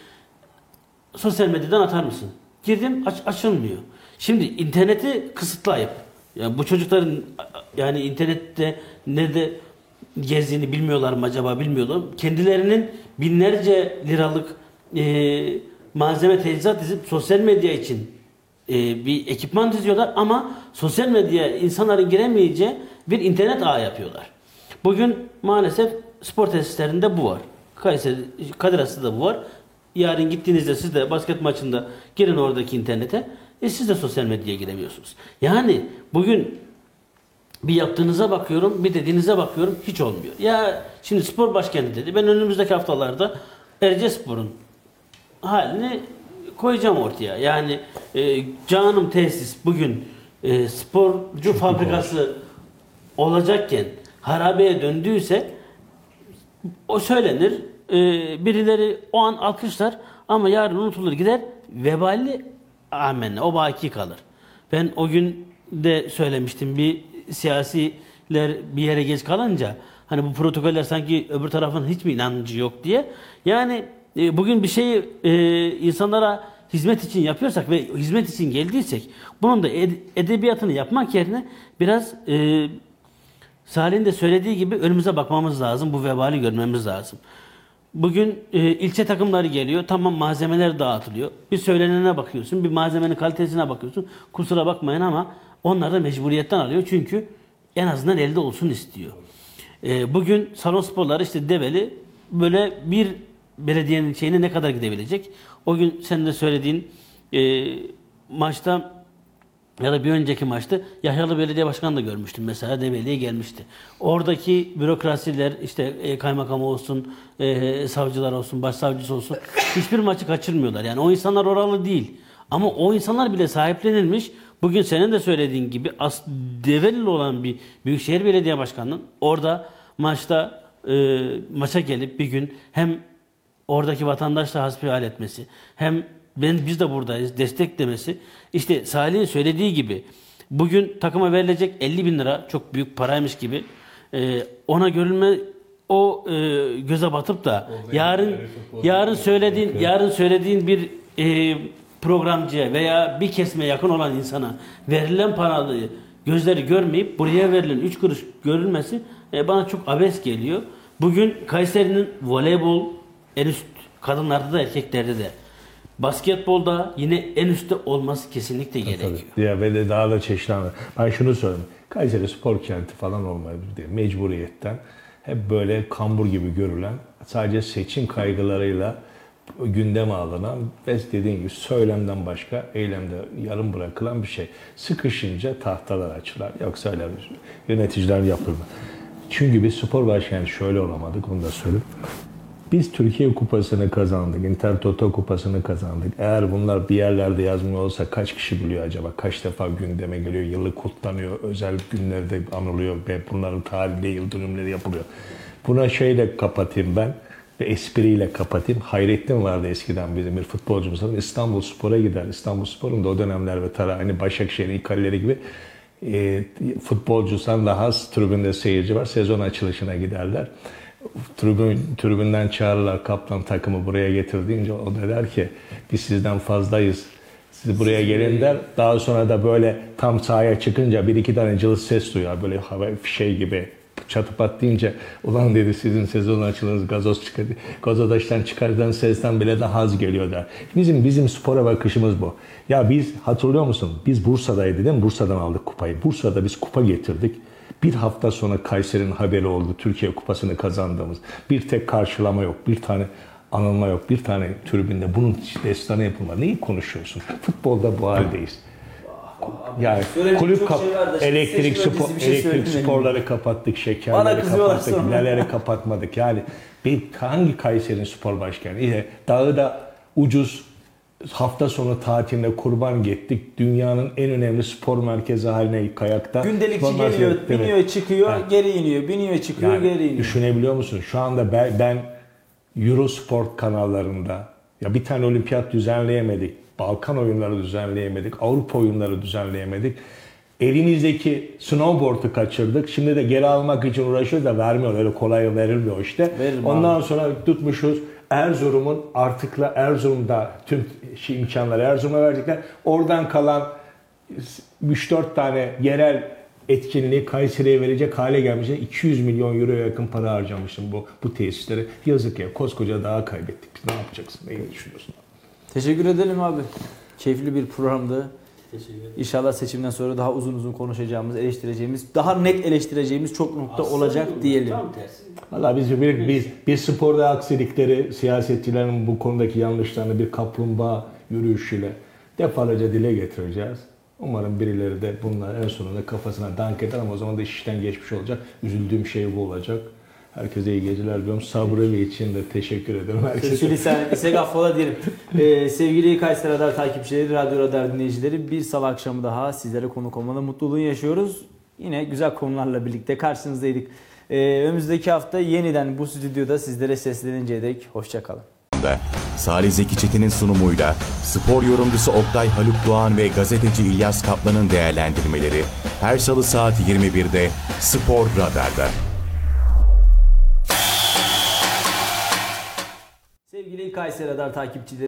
sosyal medyadan atar mısın? Girdim açılmıyor. Şimdi interneti kısıtlayıp yani bu çocukların yani internette nerede gezdiğini bilmiyorlar mı acaba bilmiyorlar. Kendilerinin binlerce liralık malzeme teçhizat dizip sosyal medya için bir ekipman diziyorlar ama sosyal medyaya insanların giremeyeceği bir internet ağı yapıyorlar. Bugün maalesef spor tesislerinde bu var. Kadir Has'ta da bu var. Yarın gittiğinizde siz de basket maçında girin oradaki internete. Siz de sosyal medyaya giremiyorsunuz. Yani bugün bir yaptığınıza bakıyorum, bir dediğinize bakıyorum hiç olmuyor. Ya şimdi spor başkenti dedi. Ben önümüzdeki haftalarda Erciyespor'un halini koyacağım ortaya. Yani canım tesis bugün sporcu fabrikası olacakken harabeye döndüyse o söylenir. Birileri o an alkışlar ama yarın unutulur gider. Vebali amenna o baki kalır. Ben o gün de söylemiştim bir siyasiler bir yere geç kalınca hani bu protokoller sanki öbür tarafın hiç mi inancı yok diye. Yani bugün bir şeyi insanlara hizmet için yapıyorsak ve hizmet için geldiysek bunun da edebiyatını yapmak yerine biraz Salih'in de söylediği gibi önümüze bakmamız lazım. Bu vebali görmemiz lazım. Bugün ilçe takımları geliyor. Tamam malzemeler dağıtılıyor. Bir söylenene bakıyorsun. Bir malzemenin kalitesine bakıyorsun. Kusura bakmayın ama onlar da mecburiyetten alıyor. Çünkü en azından elde olsun istiyor. Bugün salon sporları işte Develi böyle bir belediyenin şeyine ne kadar gidebilecek? O gün senin de söylediğin maçta ya da bir önceki maçta Yahyalı Belediye Başkanı da görmüştüm mesela, Develi'ye gelmişti. Oradaki bürokrasiler işte kaymakamı olsun, savcılar olsun, başsavcısı olsun hiçbir maçı kaçırmıyorlar. Yani o insanlar oralı değil. Ama o insanlar bile sahiplenilmiş. Bugün senin de söylediğin gibi Develi olan bir Büyükşehir Belediye Başkanı'nın orada maça gelip bir gün hem oradaki vatandaşla hasbihal etmesi, hem biz de buradayız desteklemesi. İşte Salih'in söylediği gibi bugün takıma verilecek 50 bin lira çok büyük paraymış gibi ona görülme, o göze batıp da yarın söylediğin bir programcıya veya bir kesime yakın olan insana verilen paraları gözleri görmeyip buraya verilen 3 kuruş görülmesi bana çok abes geliyor. Bugün Kayseri'nin voleybol en üst, kadınlarda da erkeklerde de, basketbolda yine en üstte olması kesinlikle gerekiyor. Tabii. Ya ve de daha da çeşitlenme. Ben şunu söyleyeyim. Kayseri spor kenti falan olmayabilir diye mecburiyetten hep böyle kambur gibi görülen, sadece seçim kaygılarıyla gündeme alınan ve dediğin gibi söylemden başka eylemde yarım bırakılan bir şey. Sıkışınca tahtalar açılar. Yoksa öyle yöneticiler yapılmaz. Çünkü biz spor başkenti şöyle olamadık, onu da söyleyeyim. Biz Türkiye Kupası'nı kazandık, Intertoto Kupası'nı kazandık. Eğer bunlar bir yerlerde yazmıyor olsa kaç kişi biliyor acaba? Kaç defa gündeme geliyor, yıllık kutlanıyor, özel günlerde anılıyor ve bunların tarihle yıl dönümleri yapılıyor. Buna şeyle kapatayım ben ve espriyle kapatayım. Hayrettin vardı eskiden bizim bir futbolcumuz. İstanbul Spor'a gider. İstanbul Spor'un da o dönemler ve aynı Başakşehir'in İKA'lileri gibi futbolcudan daha az tribünde seyirci var. Sezon açılışına giderler. Tribünden çağırırlar, kaptan takımı buraya getir deyince o da der ki biz sizden fazlayız, siz buraya gelin der. Daha sonra da böyle tam sahaya çıkınca bir iki tane cılız ses duyar, böyle hava şey gibi çatı pat deyince ulan dedi sizin sezon açılınız gazodaştan çıkardan sesten bile daha az geliyor der. Bizim spora bakışımız bu. Ya biz hatırlıyor musun? Biz Bursa'daydı değil mi? Bursa'dan aldık kupayı. Bursa'da biz kupa getirdik. Bir hafta sonra Kayseri'nin haberi oldu Türkiye Kupası'nı kazandığımız. Bir tek karşılama yok, bir tane anılma yok, bir tane tribünde bunun destanı yapılmadı. Neyi konuşuyorsun? Futbolda bu haldeyiz. Yani kulüp elektrik sporları kapattık, şekerleri kapattık, neleri kapatmadık. Yani hangi Kayseri'nin spor başkanı? Dağı da ucuz hafta sonu tatilinde kurban gittik. Dünyanın en önemli spor merkezi haline kayakta. Gündelikçi geliyor, biniyor, çıkıyor, geri iniyor. Biniyor, çıkıyor, yani geri iniyor. Düşünebiliyor musun? Şu anda ben Eurosport kanallarında ya bir tane olimpiyat düzenleyemedik. Balkan oyunları düzenleyemedik. Avrupa oyunları düzenleyemedik. Elimizdeki snowboard'u kaçırdık. Şimdi de geri almak için uğraşıyoruz da vermiyor. Öyle kolay verilmiyor işte. Ondan sonra tutmuşuz. Erzurum'da tüm imkanları Erzurum'a verdikler. Oradan kalan 3-4 tane yerel etkinliği Kayseri'ye verecek hale gelmişler. 200 milyon euroya yakın para harcamıştım bu tesislere. Yazık ya, koskoca dağı kaybettik. Biz ne yapacaksın? Ne düşünüyorsun? Teşekkür edelim abi. Keyifli bir programdı. İnşallah seçimden sonra daha uzun konuşacağımız, eleştireceğimiz, daha net eleştireceğimiz çok nokta olacak diyelim. Valla biz sporda aksilikleri, siyasetçilerin bu konudaki yanlışlarını bir kaplumbağa yürüyüşüyle defalarca dile getireceğiz. Umarım birileri de bunlar en sonunda kafasına dank eder ama o zaman da iş işten geçmiş olacak. Üzüldüğüm şey bu olacak. Herkese iyi geceler diliyorum. Sabrı için de teşekkür ederim herkese. Süleyman affola diyelim. Sevgili Kayseri Radar takipçileri, Radyo Radar dinleyicileri, bir salı akşamı daha sizlere konuk olmanın mutluluğunu yaşıyoruz. Yine güzel konularla birlikte karşınızdaydık. Önümüzdeki hafta yeniden bu stüdyoda sizlere sesleninceye dek hoşça kalın. Salih Zeki Çetin'in sunumuyla spor yorumcusu Oktay Haluk Doğan ve gazeteci İlyas Kaplan'ın değerlendirmeleri her salı saat 21'de Spor Radar'da. Sevgili Kayseri Radar takipçileri,